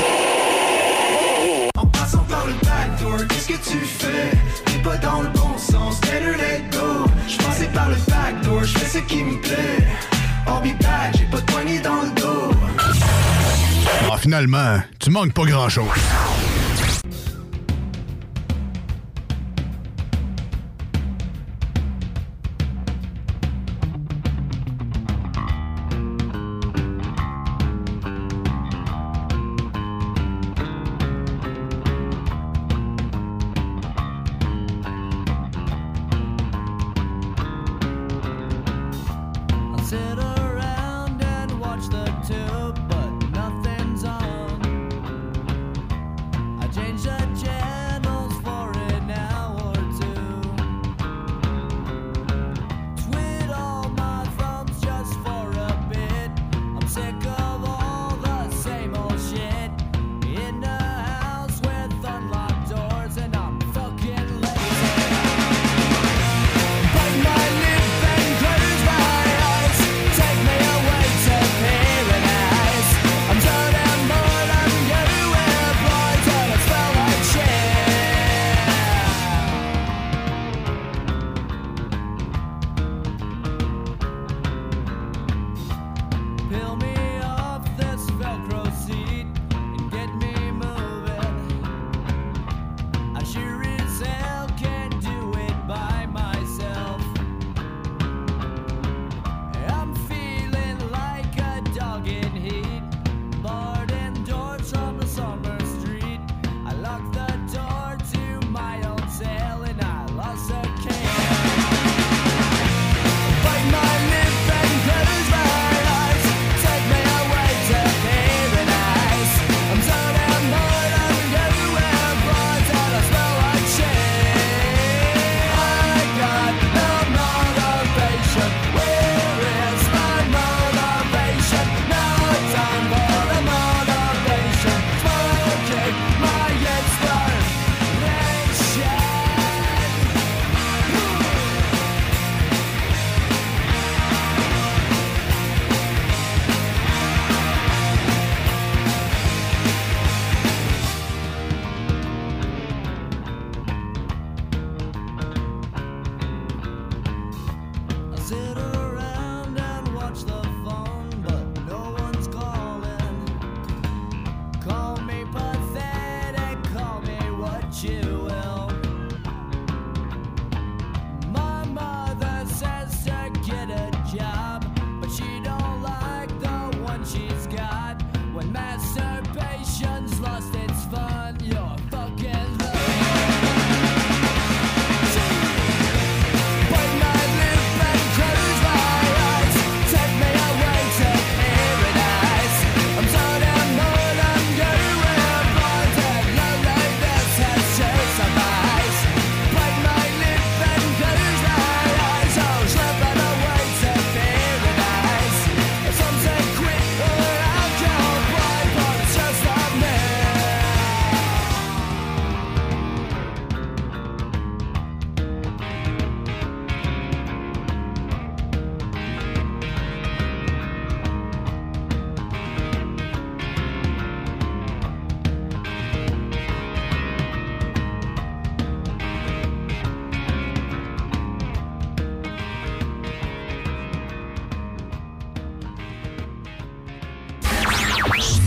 H: En passant par le backdoor, qu'est-ce que tu fais? T'es pas dans le bon sens, better let go. J'passais par le backdoor, j'fais ce qui me plaît. I'll be back, j'ai pas de poignée dans le dos.
E: Ah, finalement, tu manques pas grand-chose.
H: I'll sit around and watch the tube, but nothing's on.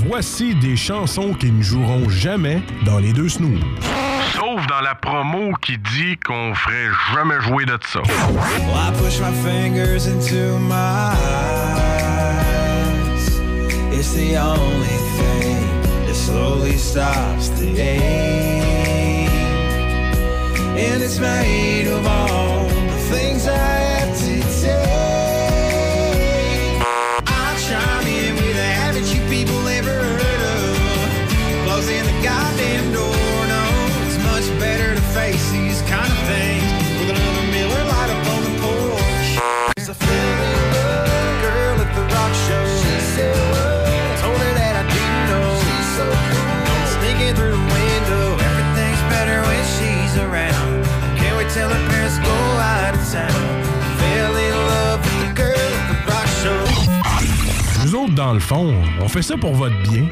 M: Voici des chansons qui ne joueront jamais dans les deux snooze.
I: Sauf dans la promo qui dit qu'on ferait jamais jouer de ça.
H: Well, I push my fingers into my eyes. It's the only thing that slowly stops the ache. And it's made of all the things I have to take. I chime in with a haven't you people ever heard of? Closing the goddamn door, no, it's much better to face these kind of things with another Miller Lite up on the porch. There's a feeling girl at the rock show. She's so I told her that I didn't know. She's so cool. Sneaking through the window, everything's better when she's around. Can't wait till her parents go out of town. Fell in love with the girl at the rock show.
M: Nous autres, dans le fond, on fait ça pour votre bien.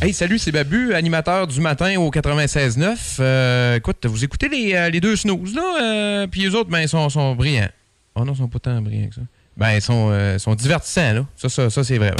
A: Hey, salut, c'est Babu, animateur du matin au quatre-vingt-seize neuf. Euh, écoute, vous écoutez les, euh, les deux snooze, là, euh, puis les autres, ben, ils sont, sont brillants. Oh non, ils sont pas tant brillants que ça. Ben, ils sont, euh, sont divertissants, là. Ça, ça, ça c'est vrai.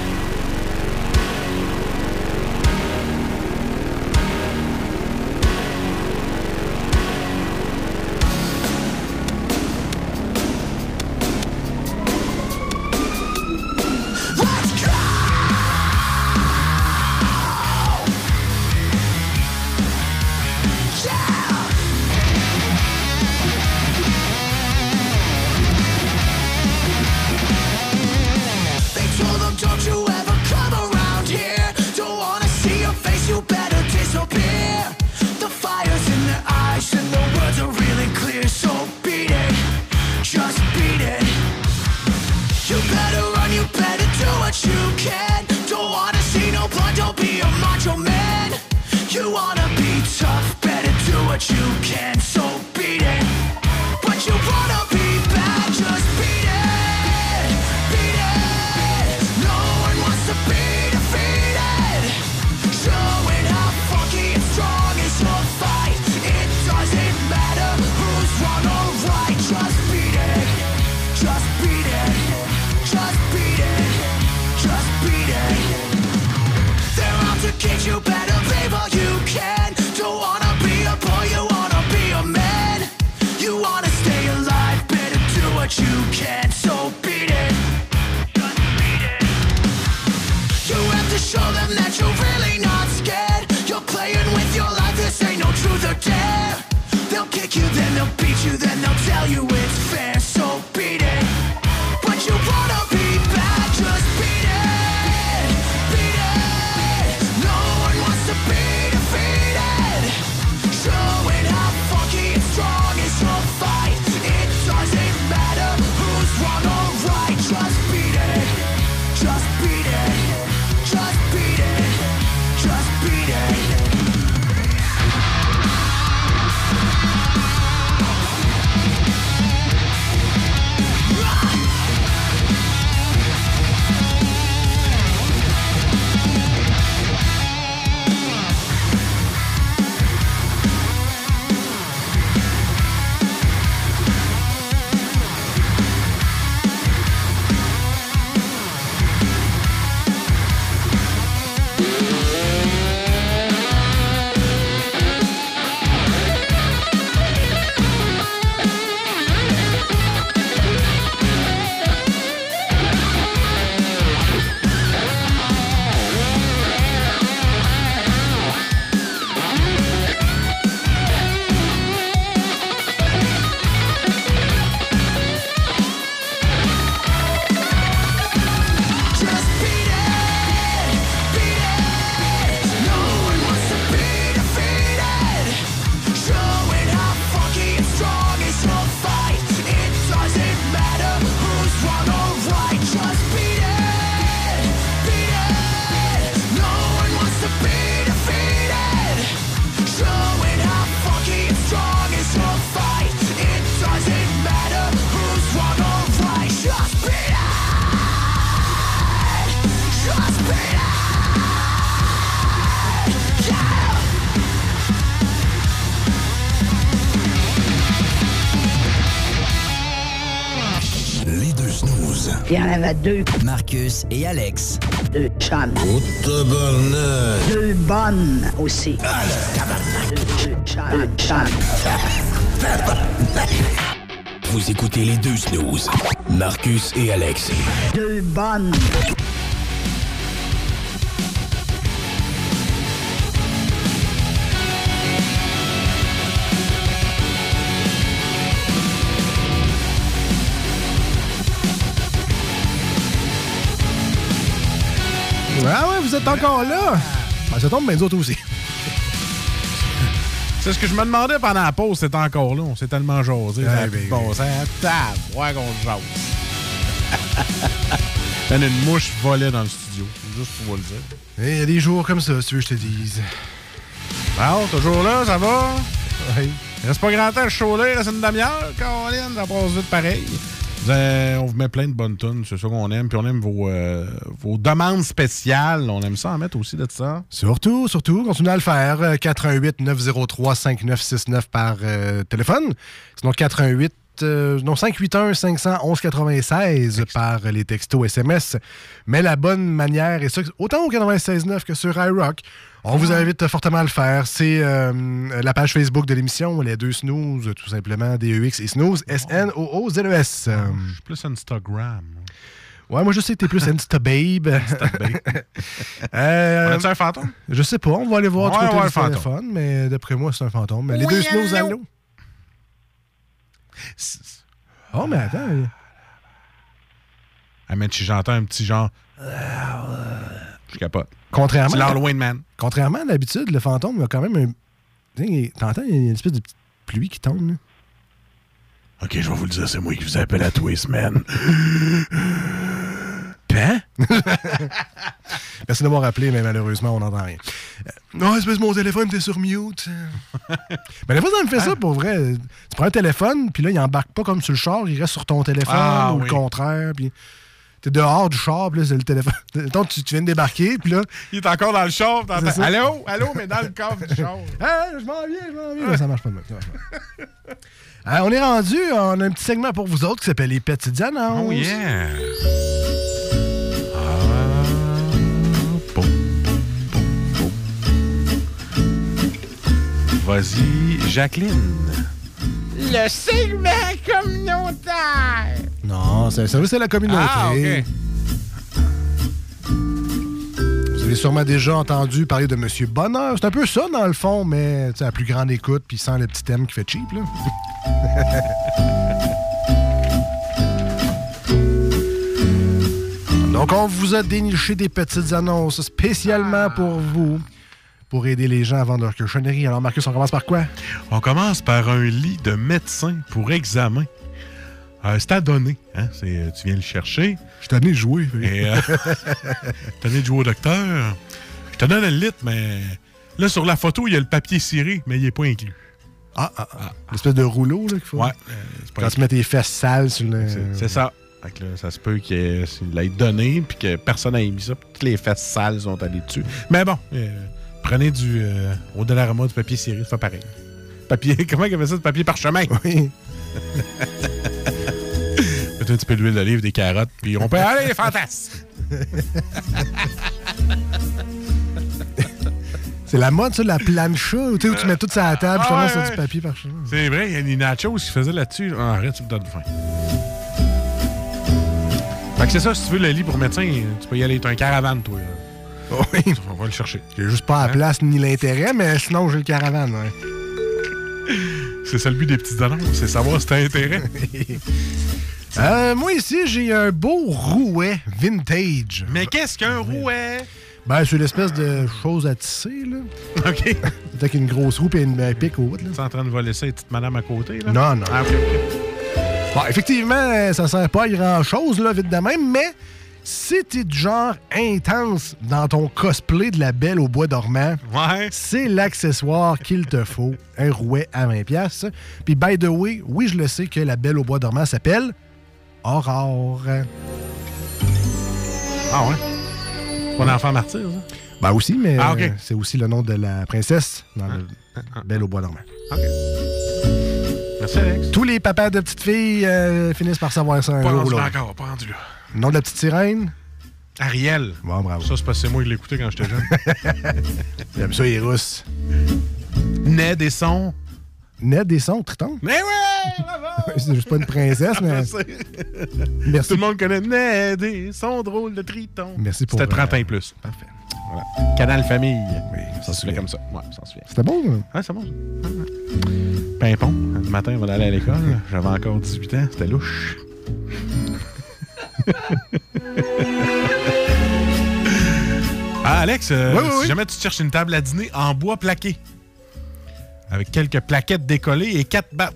O: Il y en avait deux.
P: Marcus et Alex.
O: Deux chums.
C: Oh, tabarnak.
O: Deux bonnes aussi. Ah, le tabarnak. Deux, deux chums. Deux chums.
R: Vous écoutez les deux snooze. Marcus et Alex.
O: Deux bonnes.
F: Ah ouais, vous êtes encore là! Ben, ça tombe bien d'autres aussi.
G: C'est ce que je me demandais pendant la pause, c'était encore là. On s'est tellement jasé.
F: Ah, ben,
G: bon, ça tape, ouais qu'on jase. Il y a une mouche volait dans le studio, juste pour vous le dire.
F: Il hey, y a des jours comme ça, si tu veux que je te dise.
G: Bon, toujours là, ça va?
F: Oui.
G: Il reste pas grand temps à chaud là, il reste une demi-heure. Caroline, ça passe vite pareil. Vous avez- on vous met plein de bonnes tunes, c'est ça qu'on aime. Puis on aime vos, euh, vos demandes spéciales. On aime ça en mettre aussi de ça.
F: Surtout, surtout, continuez à le faire. Euh, quatre un huit neuf zéro trois cinq neuf six neuf par euh, téléphone. Sinon, quatre un huit Euh, non, cinq huit un cinq un un quatre-vingt-seize par les textos S M S. Mais la bonne manière, et ça, autant au quatre-vingt-seize neuf que sur iRock, on vous invite fortement à le faire. C'est euh, la page Facebook de l'émission, les deux snooze, tout simplement, D E X et snooze, S N O O Z E S. Euh,
G: Je suis plus Instagram.
F: Ouais, moi je sais que t'es plus Instababe.
G: Instababe.
F: euh,
G: On a-tu un fantôme?
F: Je sais pas, on va aller voir
G: Ouais,
F: du côté
G: ouais,
F: du
G: un fantôme.
F: téléphone, mais d'après moi, c'est un fantôme. Mais les
G: Oui,
F: deux snooze,
G: allô?
F: allô? Oh, mais attends.
G: Ah, mais si j'entends un petit genre. Je capote.
F: Contrairement,
G: C'est l'Halloween Man.
F: Contrairement à d'habitude, le fantôme, il y a quand même un. Tu sais, t'entends, il y a une espèce de petite pluie qui tombe, là.
G: Ok, je vais vous le dire, c'est moi qui vous appelle à tous les semaines.
F: Hein? Merci d'avoir appelé, mais malheureusement, on n'entend rien. Euh, non, c'est parce que mon téléphone était sur mute. Mais des fois, ça me fait ça pour vrai. Tu prends un téléphone, puis là, il embarque pas comme sur le char, il reste sur ton téléphone
G: Ah,
F: ou
G: oui.
F: le contraire. Puis t'es dehors du char, puis là, c'est le téléphone. Attends, tu, tu viens de débarquer, puis là.
G: Il est encore dans le char.
F: C'est ça.
G: Allô? Allô, mais dans le coffre du char.
F: Hey, je m'en viens, je m'en viens. Mais ça marche pas de même. ça marche pas. Euh, on est rendu, on a un petit segment pour vous autres qui s'appelle les petites annonces.
G: Oh yeah! Vas-y, Jacqueline.
C: Le segment communautaire.
F: Non, c'est un service à la communauté.
G: Ah, OK.
F: Vous avez sûrement déjà entendu parler de Monsieur Bonheur. C'est un peu ça, dans le fond, mais tu sais, à plus grande écoute, puis sans le petit thème qui fait cheap, là. Donc, on vous a déniché des petites annonces spécialement pour vous, pour aider les gens à vendre leur cochonnerie. Alors, Marcus, on commence par quoi?
G: On commence par un lit de médecin pour examen. Euh, c'est à donner. Hein? C'est, tu viens le chercher.
F: Je t'ai donné de jouer.
G: Et, euh, je t'ai donné de jouer au docteur. Je te donne le lit, mais là, sur la photo, il y a le papier ciré, mais il n'est pas inclus.
F: Ah, ah, ah. L'espèce de rouleau là, qu'il faut.
G: Ouais. Euh, c'est pas
F: Quand tu mets tes fesses sales sur le.
G: C'est, c'est ça. Fait que là, ça se peut qu'il ait- qu'il l'ait donné puis que personne n'ait mis ça. Puis toutes les fesses sales sont allées dessus. Mais bon, euh, prenez du euh, au Dollarama du papier ciré, c'est pas pareil. Papier, comment il appelle ça, du papier parchemin?
F: Oui.
G: Mettez un petit peu d'huile d'olive, des carottes, puis on peut aller, fantastique!
F: C'est la mode, ça, de la plancha, tu sais, où tu mets tout ça à la table, justement,
G: Ah ouais,
F: sur
G: ouais.
F: du papier parchemin.
G: C'est vrai, il y a des nachos qui faisaient là-dessus. Ah, arrête, tu me donnes faim. Fait que c'est ça, si tu veux le lit pour médecin, tu peux y aller. T'as un caravane, toi. Là.
F: Oui.
G: On va le chercher.
F: J'ai juste pas la
G: Hein?
F: place ni l'intérêt, mais sinon, j'ai le caravane. Ouais.
G: C'est ça le but des petites annonces, c'est savoir si t'as intérêt.
F: Euh, moi, ici, j'ai un beau rouet vintage.
G: Mais qu'est-ce qu'un rouet?
F: Ben, c'est l'espèce de chose à tisser, là.
G: OK.
F: C'est avec une grosse roue et une un pic au bout, là.
G: Tu es en train de voler ça, et petite madame à côté, là?
F: Non, non.
G: Ah, OK, OK.
F: Bon, effectivement, ça sert pas à grand-chose, là, vite de même, mais si t'es du genre intense dans ton cosplay de la Belle au bois dormant,
G: ouais.
F: c'est l'accessoire qu'il te faut. Un rouet à vingt piastres. Puis, by the way, oui, je le sais que la Belle au bois dormant s'appelle Aurore.
G: Ah ouais? Pas d'enfant martyr, ça?
F: Ben aussi, mais
G: Ah, ok.
F: euh, c'est aussi le nom de la princesse dans le Belle au bois dormant.
G: OK. Merci, Alex.
F: Tous les papas de petites filles euh, finissent par savoir ça un
G: Pas
F: jour ou
G: rendu
F: l'autre.
G: là encore, pas rendu là.
F: Le nom de la petite sirène?
G: Ariel.
F: Bon, bravo.
G: Ça, c'est parce que c'est moi qui l'écoutais quand j'étais jeune.
F: J'aime ça, les Russes.
G: Ned et son.
F: Ned et son, Triton?
G: Mais ouais! Bravo!
F: C'est juste pas une princesse, mais... Merci.
G: Tout le monde connaît Ned et son drôle de triton.
F: Merci pour...
G: C'était trente ans
F: euh,
G: et plus.
F: Parfait.
G: Voilà. Canal Famille.
F: Oui,
G: Ça se fait comme ça. Ouais, ça se fait.
F: C'était bon, hein?
G: Ah, c'est bon. ça. Pimpon. Le matin, on va aller à l'école. J'avais encore dix-huit ans. C'était louche. Ah, Alex, euh,
F: Oui, oui,
G: si
F: oui.
G: jamais tu cherches une table à dîner en bois plaqué, avec quelques plaquettes décollées et quatre battes.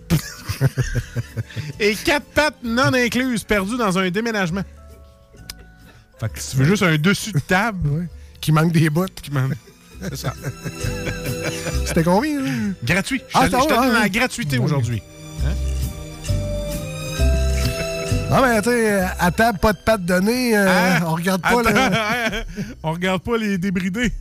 G: et quatre pattes non incluses perdues dans un déménagement. Fait que si tu veux juste un dessus de table...
F: Ouais. Qui manque des bouts.
G: Qui manque... C'est ça.
F: C'était combien, là?
G: Gratuit. Je
F: Ah,
G: te
F: ça
G: je te
F: va,
G: donne
F: hein?
G: la gratuité
F: Ouais.
G: aujourd'hui. Hein?
F: Non, mais tu sais, à table, pas de pattes données, euh,
G: Hein?
F: on regarde pas
G: Attends,
F: le...
G: on regarde pas les débridés.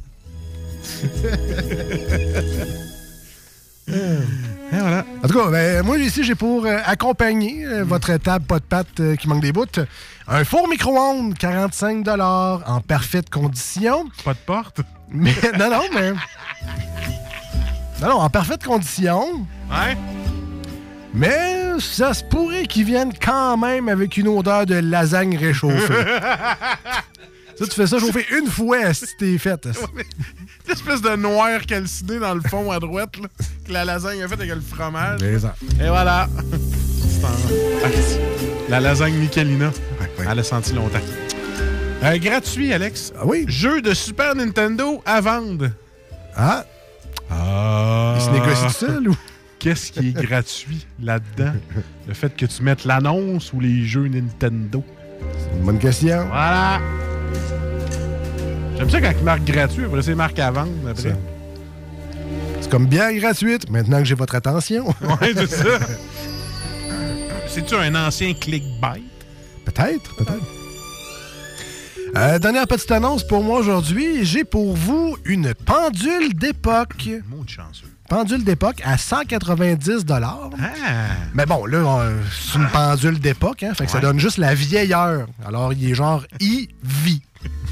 G: Et voilà.
F: En tout cas, ben, moi, ici, j'ai pour euh, accompagner euh, votre table pas de pâte euh, qui manque des bouts, un four micro-ondes, quarante-cinq dollars en parfaite condition.
G: Pas de porte?
F: Mais, non, non, mais... Non, non, en parfaite condition.
G: Ouais.
F: Mais ça se pourrait qu'ils viennent quand même avec une odeur de lasagne réchauffée. Ça, tu fais ça chauffer une fois si t'es faite.
G: L'espèce de noir calciné dans le fond à droite, là, que la lasagne a fait avec le fromage.
F: Exact.
G: Et voilà. C'est en... ah, la lasagne Michelina. Ouais, ouais. Elle a senti longtemps. Euh, gratuit, Alex.
F: Ah oui?
G: Jeu de Super Nintendo à vendre.
F: Ah?
G: Ah.
F: Il se négocie tout seul ou?
G: Qu'est-ce qui est gratuit là-dedans? Le fait que tu mettes l'annonce ou les jeux Nintendo?
F: C'est une bonne question.
G: Voilà. J'aime ça quand ils marquent gratuit, après c'est marque à vendre. Après.
F: C'est comme bière gratuite, maintenant que j'ai votre attention.
G: Ouais, c'est ça. C'est-tu un ancien clickbait?
F: Peut-être, peut-être. Euh, dernière petite annonce pour moi aujourd'hui. J'ai pour vous une pendule d'époque.
G: Mot de chanceux.
F: Pendule d'époque à cent quatre-vingt-dix dollars.
G: Ah.
F: Mais bon, là, euh, c'est une pendule d'époque, hein, fait que ouais. Ça donne juste la vieilleur. Alors, il est genre I-V.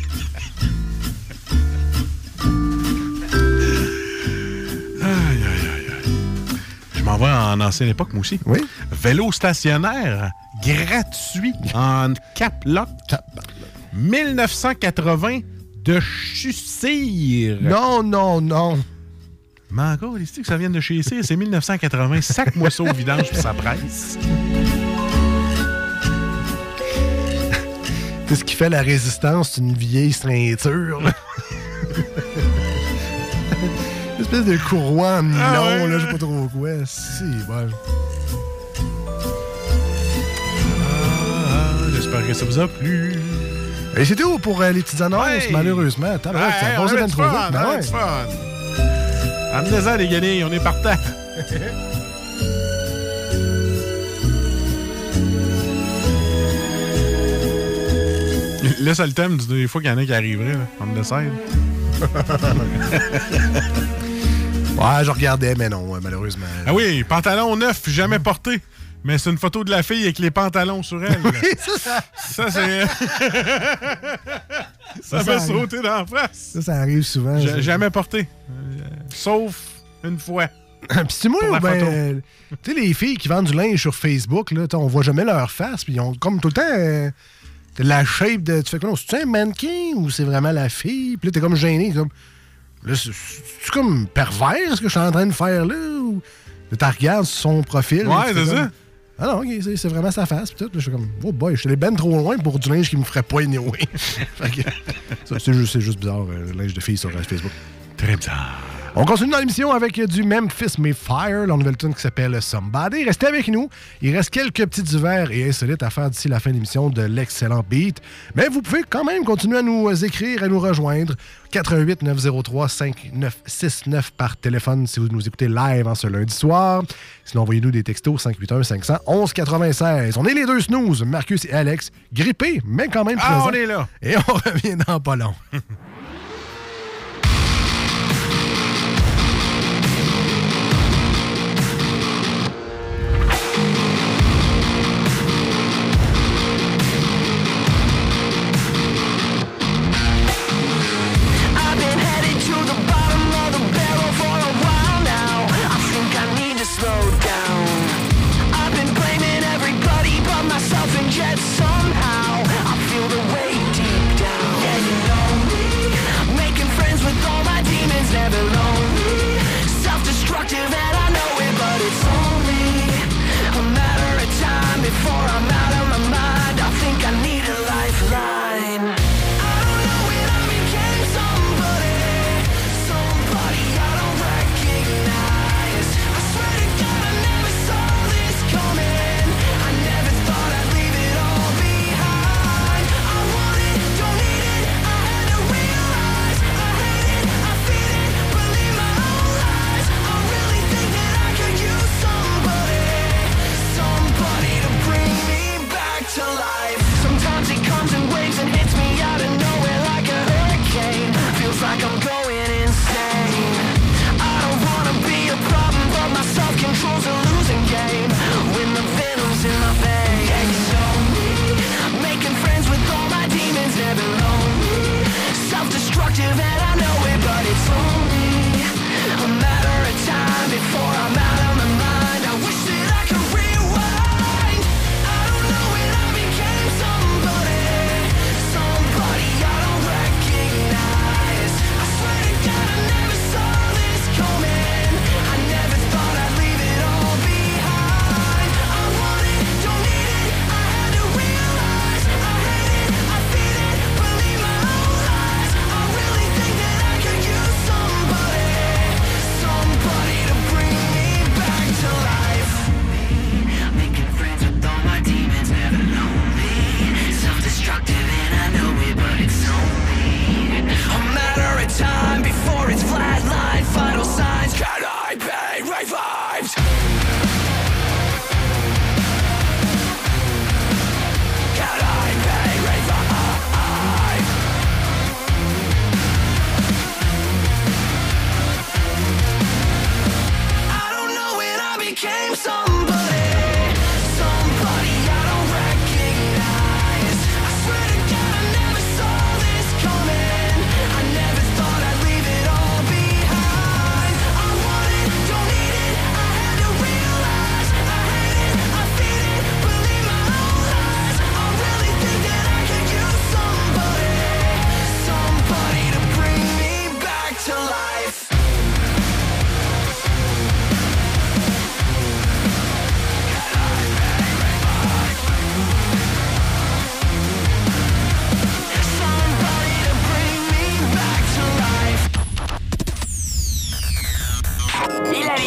G: Aïe, aïe, aïe, aïe. Je m'en vais en ancienne époque, moi aussi.
F: Oui.
G: Vélo stationnaire gratuit en Cap-Lock. mille neuf cent quatre-vingts de Chussir.
F: Non, non, non.
G: Mais encore, les que ça vient de chez Cyr, c'est mille neuf cent quatre-vingts. Sac-moi ça au vidange puis ça presse.
F: Qu'est-ce qui fait la résistance? C'est une vieille ceinture. Une espèce de courroie en nylon, ah ouais. Là, je sais pas trop quoi. Si, bon.
G: Ah, j'espère que ça vous a plu.
F: Et c'est tout pour euh, les petites annonces, ouais. Malheureusement. Attends, ouais, ça a passé vingt-trois vite. Ben ouais.
G: Fun. Amenez-en, les guenilles, on est partant. Laisse le thème des fois qu'il y en a qui arriveraient, là, on le sait.
F: Ouais, je regardais, mais non, malheureusement.
G: Ah oui, pantalon neuf, jamais porté. Mais c'est une photo de la fille avec les pantalons sur elle.
F: Oui, ça, ça...
G: ça c'est... ça, ça fait sauter dans la face.
F: Ça, ça arrive souvent.
G: J- jamais porté. Euh, sauf une fois.
F: Puis c'est moi, ben, tu sais, les filles qui vendent du linge sur Facebook, là, on voit jamais leur face, puis ils ont comme tout le temps euh, la shape de... Tu fais quoi? C'est-tu un mannequin ou c'est vraiment la fille? Puis là, t'es comme gêné. Comme, là, c'est, c'est comme pervers ce que je suis en train de faire là? Ou tu regardes son profil.
G: Ouais,
F: là,
G: c'est
F: comme,
G: ça.
F: Ah non, ok, c'est, c'est vraiment sa face. Puis tout, là, je suis comme, oh boy, je suis allé ben trop loin pour du linge qui me ferait pas anyway. que, ça, c'est, juste, c'est juste bizarre, euh, le linge de filles sur Facebook.
G: Très bizarre.
F: On continue dans l'émission avec du Memphis May Fire, la nouvelle tune qui s'appelle Somebody. Restez avec nous. Il reste quelques petits divers et insolites à faire d'ici la fin de l'émission de l'excellent beat. Mais vous pouvez quand même continuer à nous écrire, à nous rejoindre. quatre un huit neuf zéro trois cinq neuf six neuf par téléphone si vous nous écoutez live en ce lundi soir. Sinon, envoyez-nous des textos cinq huit un cinq un un quatre-vingt-seize. On est les deux snooze, Marcus et Alex, grippés, mais quand même présents.
G: Ah, on est là.
F: Et on revient dans pas long.
H: Somehow I feel the weight deep down. Yeah, you know me.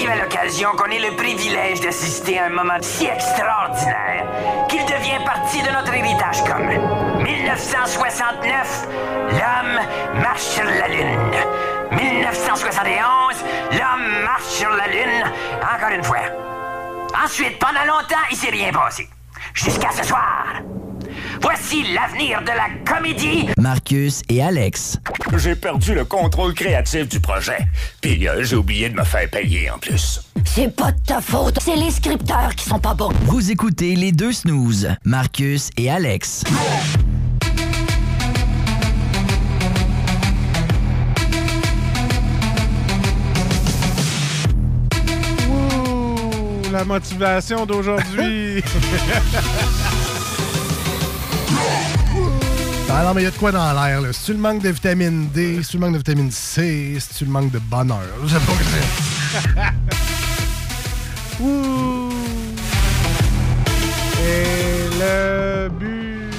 S: à l'occasion qu'on ait le privilège d'assister à un moment si extraordinaire qu'il devient partie de notre héritage commun. dix-neuf cent soixante-neuf, l'homme marche sur la Lune. dix-neuf cent soixante et onze, l'homme marche sur la Lune, encore une fois. Ensuite, pendant longtemps, il s'est rien passé. Jusqu'à ce soir. Voici l'avenir de la comédie.
P: Marcus et Alex.
T: J'ai perdu le contrôle créatif du projet. Puis euh, j'ai oublié de me faire payer en plus.
U: C'est pas de ta faute, c'est les scripteurs qui sont pas bons.
P: Vous écoutez les deux snooze, Marcus et Alex.
G: Ouh, la motivation d'aujourd'hui.
F: Ah non, mais il y a de quoi dans l'air, là. Si tu le manques de vitamine D, si tu le manques de vitamine C, si tu le manques de bonheur. Je sais pas que c'est.
G: Ouh. Et le but.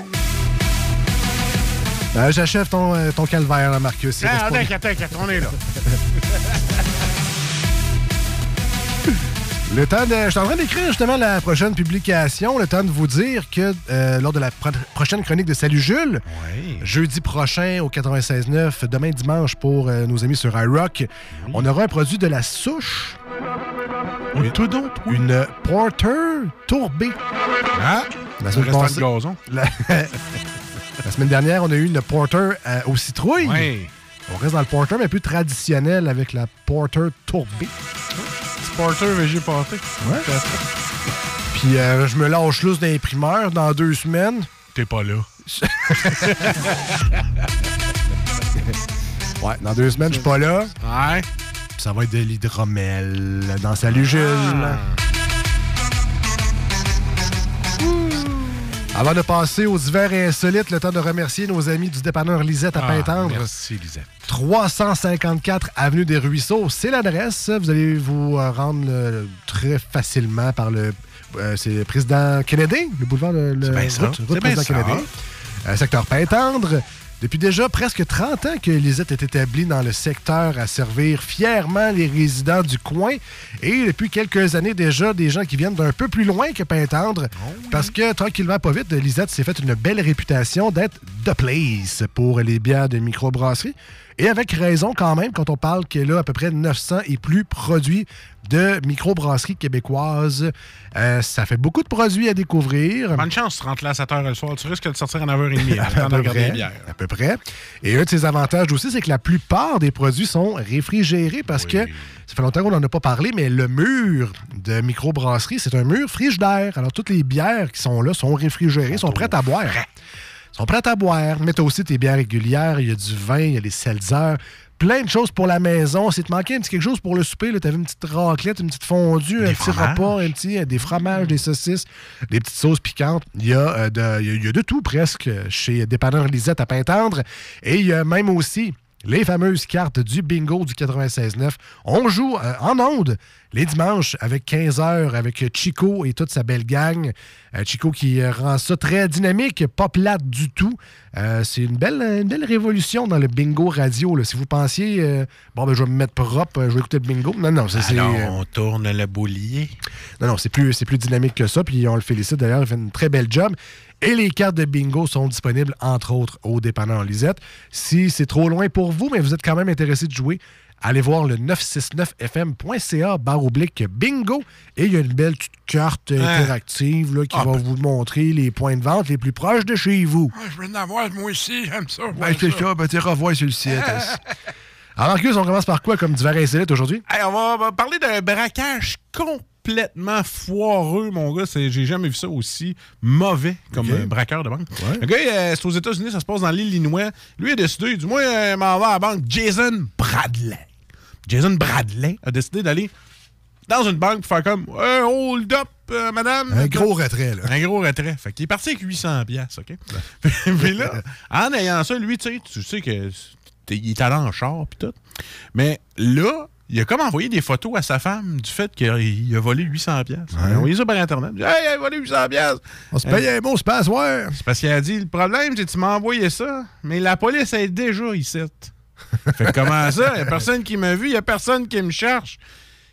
F: Euh, J'achève ton, euh, ton calvaire, là, Marcus.
G: Ah, attends, attends, attends, on est là.
F: Le temps de. Je suis en train d'écrire justement la prochaine publication. Le temps de vous dire que euh, lors de la pro- prochaine chronique de Salut Jules,
G: oui.
F: jeudi prochain au quatre-vingt-seize neuf, demain dimanche pour euh, nos amis sur iRock, oui. on aura un produit de la souche.
G: Oui. Tout donc, oui.
F: Une Porter tourbée.
G: Ah!
F: La semaine
G: passée.
F: passée.
G: Gazon.
F: La... la semaine dernière, on a eu une Porter euh, aux citrouilles.
G: Oui.
F: On reste dans le Porter, mais plus traditionnel avec la Porter tourbée.
G: Porter végé pâté.
F: Ouais. Puis euh, je me lâche lousse d'imprimeur dans deux semaines.
G: T'es pas là.
F: Ouais, dans deux semaines, je suis pas là.
G: Ouais.
F: Puis ça va être de l'hydromel dans Salut Jules. Ah. Avant de passer aux divers et insolites, le temps de remercier nos amis du dépanneur Lisette à
G: ah,
F: Pintendre.
G: Merci, Lisette.
F: trois cent cinquante-quatre Avenue des Ruisseaux, c'est l'adresse. Vous allez vous rendre le, très facilement par le... Euh, c'est le président Kennedy, le boulevard de le,
G: c'est bien
F: route,
G: ça.
F: route
G: C'est
F: président
G: bien
F: Kennedy. Euh, secteur Pintendre. Depuis déjà presque trente ans que Lisette est établie dans le secteur à servir fièrement les résidents du coin. Et depuis quelques années déjà, des gens qui viennent d'un peu plus loin que Pintendre. Oh oui. Parce que, tranquillement, pas vite, Lisette s'est fait une belle réputation d'être the place pour les bières de microbrasserie. Et avec raison quand même, quand on parle qu'elle a à peu près neuf cents et plus produits de microbrasserie québécoise. Euh, ça fait beaucoup de produits à découvrir.
G: Bonne chance, tu rentres là à sept heures le soir. Tu risques de sortir à neuf heures trente.
F: à, à, peu près, à peu près. Et un de ses avantages aussi, c'est que la plupart des produits sont réfrigérés parce oui. que ça fait longtemps qu'on n'en a pas parlé, mais le mur de microbrasserie, c'est un mur frigidaire. Alors, toutes les bières qui sont là sont réfrigérées, sont, sont prêtes à boire. sont prêtes à boire. Mais t'as aussi tes bières régulières, il y a du vin, il y a les seltzers, plein de choses pour la maison. Si te manquait un petit quelque chose pour le souper, t'avais une petite raclette, une petite fondue, des un petit repas, un petit, des fromages, des saucisses, des petites sauces piquantes. Il y a, euh, de, il y a, il y a de tout presque chez Dépanneur Lisette à Pintendre. Et il y a même aussi les fameuses cartes du bingo du quatre-vingt-seize neuf. On joue euh, en ondes les dimanches avec quinze heures avec Chico et toute sa belle gang. Euh, Chico qui euh, rend ça très dynamique, pas plate du tout. Euh, c'est une belle, une belle révolution dans le bingo radio. Là. Si vous pensiez, euh, bon, ben, je vais me mettre propre, je vais écouter le bingo. Non, non, c'est...
G: Alors,
F: c'est, euh...
G: on tourne le boulier.
F: Non, non, c'est plus, c'est plus dynamique que ça. Puis on le félicite d'ailleurs, il fait une très belle job. Et les cartes de bingo sont disponibles, entre autres, au Dépanneur Lisette. Si c'est trop loin pour vous, mais vous êtes quand même intéressé de jouer, allez voir le neuf cent soixante-neuf F M point C A barre oblique bingo. Et il y a une belle petite carte hein? interactive là, qui ah, va ben... vous montrer les points de vente les plus proches de chez vous.
V: Ah, je veux en avoir, moi aussi, j'aime ça.
F: Ben, c'est ça, ben, tu revois sur le site. Alors, Marcus, on commence par quoi comme divers insolite aujourd'hui?
G: Hey, on, va, on va parler d'un braquage complètement foireux, mon gars. C'est, j'ai jamais vu ça aussi mauvais comme okay. braqueur de banque. Ouais. Le gars, euh, c'est aux États-Unis, ça se passe dans l'Illinois. Lui a décidé, du moins, euh, m'en va à la banque. Jason Bradley. Jason Bradley a décidé d'aller dans une banque pour faire comme hey, hold up, euh, madame.
F: Un gros retrait, là.
G: Un gros retrait. Fait qu'il est parti avec huit cents piastres, OK? Puis là, en ayant ça, lui, tu sais, tu sais que il est allé en char pis tout. Mais là, il a comme envoyé des photos à sa femme du fait qu'il a volé huit cents piastres. Ouais. Il a envoyé ça par Internet. Il a dit, hey, il a volé huit cents piastres.
F: On se paye un bon passoire.
G: C'est parce qu'il a dit, le problème, c'est que tu m'as envoyé ça, mais la police est déjà ici. Fait que comment ça? Il n'y a personne qui m'a vu, il n'y a personne qui me cherche.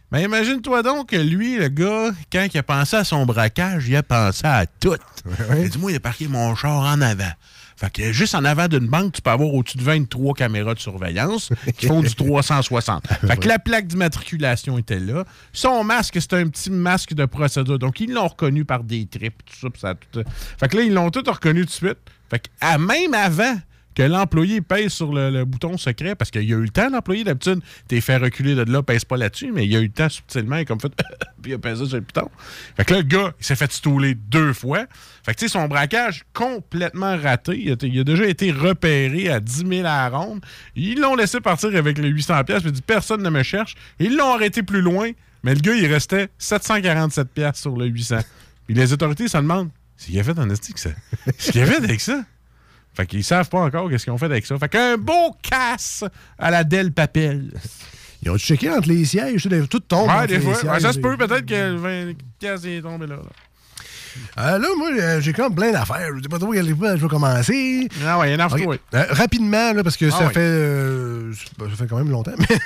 G: Mais imagine-toi donc que lui, le gars, quand il a pensé à son braquage, il a pensé à tout. Ouais. Il a dit, moi, il a parqué mon char en avant. Fait que juste en avant d'une banque, tu peux avoir au-dessus de vingt-trois caméras de surveillance qui font du trois cent soixante. Fait que la plaque d'immatriculation était là. Son masque, c'était un petit masque de procédure. Donc, ils l'ont reconnu par des tripes, tout ça, ça tout... Fait que là, ils l'ont tout reconnu tout de suite. Fait que à même avant que l'employé pèse sur le, le bouton secret, parce qu'il a eu le temps, l'employé, d'habitude, t'es fait reculer de là, pèse pas là-dessus, mais il a eu le temps subtilement, il a comme fait, puis il a pesé sur le bouton. Fait que là, le gars, il s'est fait stouler deux fois. Fait que, tu sais, son braquage complètement raté. Il a, il a déjà été repéré à dix mille à la ronde. Ils l'ont laissé partir avec les huit cents piastres, puis il dit, personne ne me cherche. Ils l'ont arrêté plus loin, mais le gars, il restait sept cent quarante-sept piastres sur le huit cents. Puis les autorités se demandent, c'est qu'il a fait en esti que ça? C'est qu'il a fait avec ça? Fait qu'ils savent pas encore qu'est-ce qu'ils ont fait avec ça. Fait qu'un beau casse à la Del Papel.
F: Ils ont checké entre les sièges, tout tombe.
G: Ouais, des fois. Ouais, ça se peut, peut-être que le vingt casse est tombé là. là.
F: Euh, là, moi, euh, j'ai comme plein d'affaires. Je sais pas trop quelle je vais commencer.
G: Ah ouais, il y en a
F: okay. euh, Rapidement, là, parce que ah ça,
G: ouais.
F: fait, euh, ça fait quand même longtemps. Mais,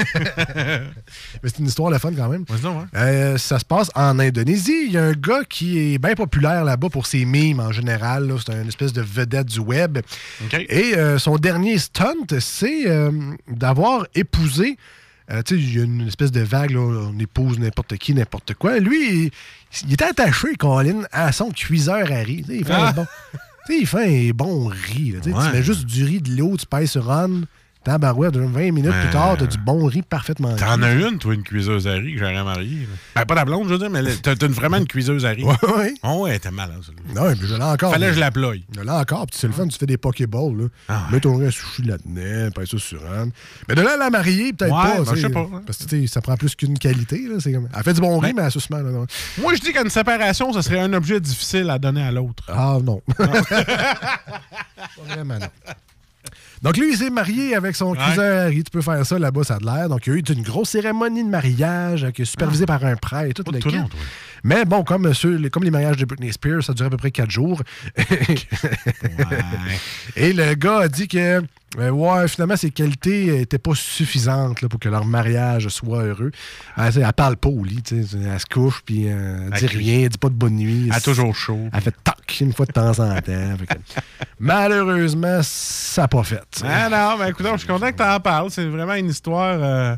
F: mais c'est une histoire de fun quand même.
G: Ouais, ouais.
F: Euh, ça se passe en Indonésie. Il y a un gars qui est bien populaire là-bas pour ses mimes en général. Là. C'est une espèce de vedette du web.
G: Okay.
F: Et euh, son dernier stunt, c'est euh, d'avoir épousé. Euh, tu sais, il y a une espèce de vague, là, on épouse n'importe qui, n'importe quoi. Lui, il, il était attaché, Colin, à son cuiseur à riz. Il fait, ah. un bon, il fait un bon riz. Là, ouais. Tu mets juste du riz, de l'eau, tu pèses sur on, tabarouette, vingt minutes euh... plus tard, t'as du bon riz parfaitement
G: T'en cuit. As une, toi, une cuiseuse à riz que j'aurais mariée. Ben, pas la blonde, je veux dire, mais t'as, t'as vraiment une cuiseuse à riz.
F: Ouais, ouais.
G: Oh, ouais, t'es malade, celle-là.
F: Non, mais je l'ai encore.
G: Fallait que je la ploie.
F: Je l'ai encore, puis c'est le fun, tu fais des pokéballs, là. Ah, ouais. Mets ton riz à sushi là-dedans, pèse ça sur on. Mais de là à la marier, peut-être
G: ouais,
F: pas.
G: Ben, je sais pas. Hein.
F: Parce que ça prend plus qu'une qualité, là. C'est comme... Elle fait du bon riz, ouais. mais elle suce mal. Là.
G: Moi, je dis qu'une séparation, ça serait un objet difficile à donner à l'autre.
F: Ah, non. Pas vraiment, non. Donc, lui, il s'est marié avec son cousin Harry. Tu peux faire ça là-bas, ça a de l'air. Donc, il y a eu une grosse cérémonie de mariage qui est supervisée ah. par un prêtre et tout le kit. Mais bon, comme, ceux, comme les mariages de Britney Spears, ça durait à peu près quatre jours. ouais. Et le gars a dit que euh, ouais, finalement, ses qualités n'étaient pas suffisantes là, pour que leur mariage soit heureux. Elle, elle parle pas au lit. Elle se couche, puis euh, elle dit rien, elle dit pas de bonne nuit.
G: Elle a toujours chaud.
F: Elle fait toc une fois de temps en temps. Que, malheureusement, ça n'a pas fait. T'sais.
G: Ah non, mais écoute, je suis content que tu en parles. C'est vraiment une histoire... Euh,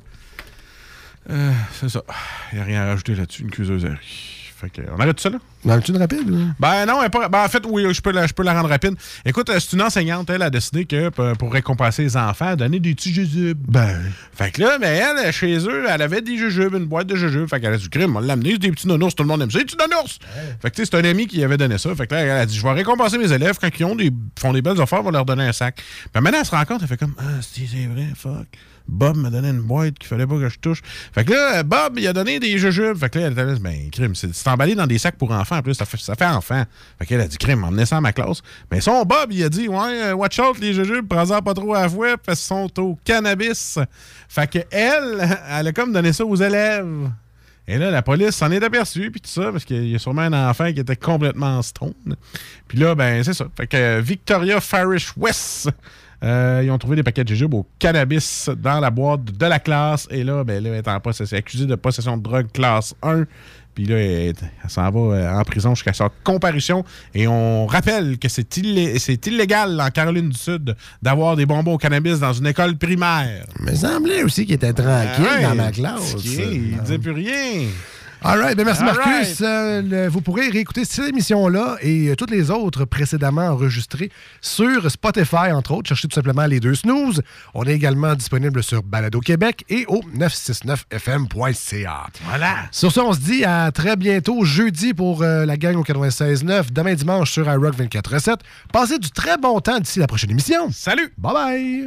G: euh, c'est ça. Il n'y a rien à rajouter là-dessus. Une cuiseuse à riz. Fait que, on arrête tout ça, là?
F: On arrête une rapide? Ou?
G: Ben non, pas, ben, en fait, oui, je peux, la, je peux la rendre rapide. Écoute, c'est une enseignante, elle a décidé que pour récompenser les enfants, elle donnait des petits jujubes.
F: Ben.
G: Fait que là, mais elle, chez eux, elle avait des jujubes, une boîte de jujubes. Fait qu'elle a dit, crime, on l'a amené, des petits nounours, tout le monde aime ça. Des petits nounours! Ouais. Fait que tu sais, c'est un ami qui avait donné ça. Fait que là, elle a dit, je vais récompenser mes élèves quand ils ont des, font des belles affaires, on va leur donner un sac. Puis maintenant, elle se rend compte, elle fait comme, ah, c'est vrai, fuck. Bob m'a donné une boîte qu'il fallait pas que je touche. Fait que là, Bob, il a donné des jujubes. Fait que là, elle a dit, ben, crime, c'est, c'est emballé dans des sacs pour enfants. En plus, ça fait, ça fait enfant. Fait qu'elle a dit, crime, emmenez ça à ma classe. Mais son Bob, il a dit, ouais, watch out les jujubes, prends-en pas trop à la fois, parce qu'ils sont au cannabis. Fait que elle, elle a comme donné ça aux élèves. Et là, la police s'en est aperçue, puis tout ça, parce qu'il y a sûrement un enfant qui était complètement stone. Puis là, ben, c'est ça. Fait que Victoria Farish West, euh, ils ont trouvé des paquets de jujubes au cannabis dans la boîte de la classe. Et là, ben, là, elle est en possession, accusée de possession de drogue classe un. Puis là, elle, elle s'en va en prison jusqu'à sa comparution. Et on rappelle que c'est, illé- c'est illégal en Caroline du Sud d'avoir des bonbons au cannabis dans une école primaire.
F: Il me semblait aussi qu'il était tranquille ah ouais, dans ma classe.
G: Il ne disait plus rien.
F: All right, ben merci
G: All
F: Marcus.
G: Right.
F: Euh, le, vous pourrez réécouter cette émission-là et euh, toutes les autres précédemment enregistrées sur Spotify, entre autres. Cherchez tout simplement les deux snooze. On est également disponible sur Balado Québec et au neuf cent soixante-neuf F M point C A.
G: Voilà.
F: Sur ça, on se dit à très bientôt, jeudi pour euh, la gang au quatre-vingt-seize neuf, demain dimanche sur iRock vingt-quatre sept. Passez du très bon temps d'ici la prochaine émission.
G: Salut!
F: Bye bye!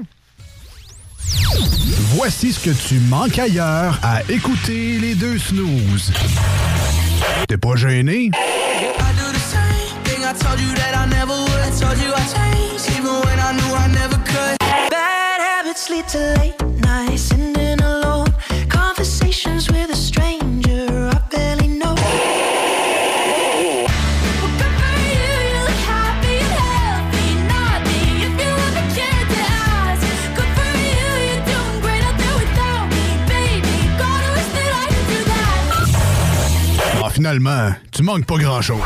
E: Voici ce que tu manques ailleurs à écouter les deux snooze. T'es pas gêné?
H: Bad habits lead to late nights, sitting alone, conversations with a stranger I barely know. Good for you, you're doing great out there without me, baby. God, I wish that I could do that.
E: finalement, tu manques pas grand-chose.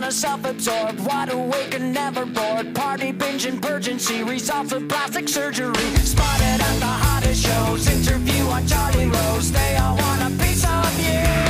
H: kinda self-absorbed, wide awake and never bored. Party binging, purging, see results of plastic surgery. Spotted at the hottest shows, interview on Charlie Rose. They all want a piece of you.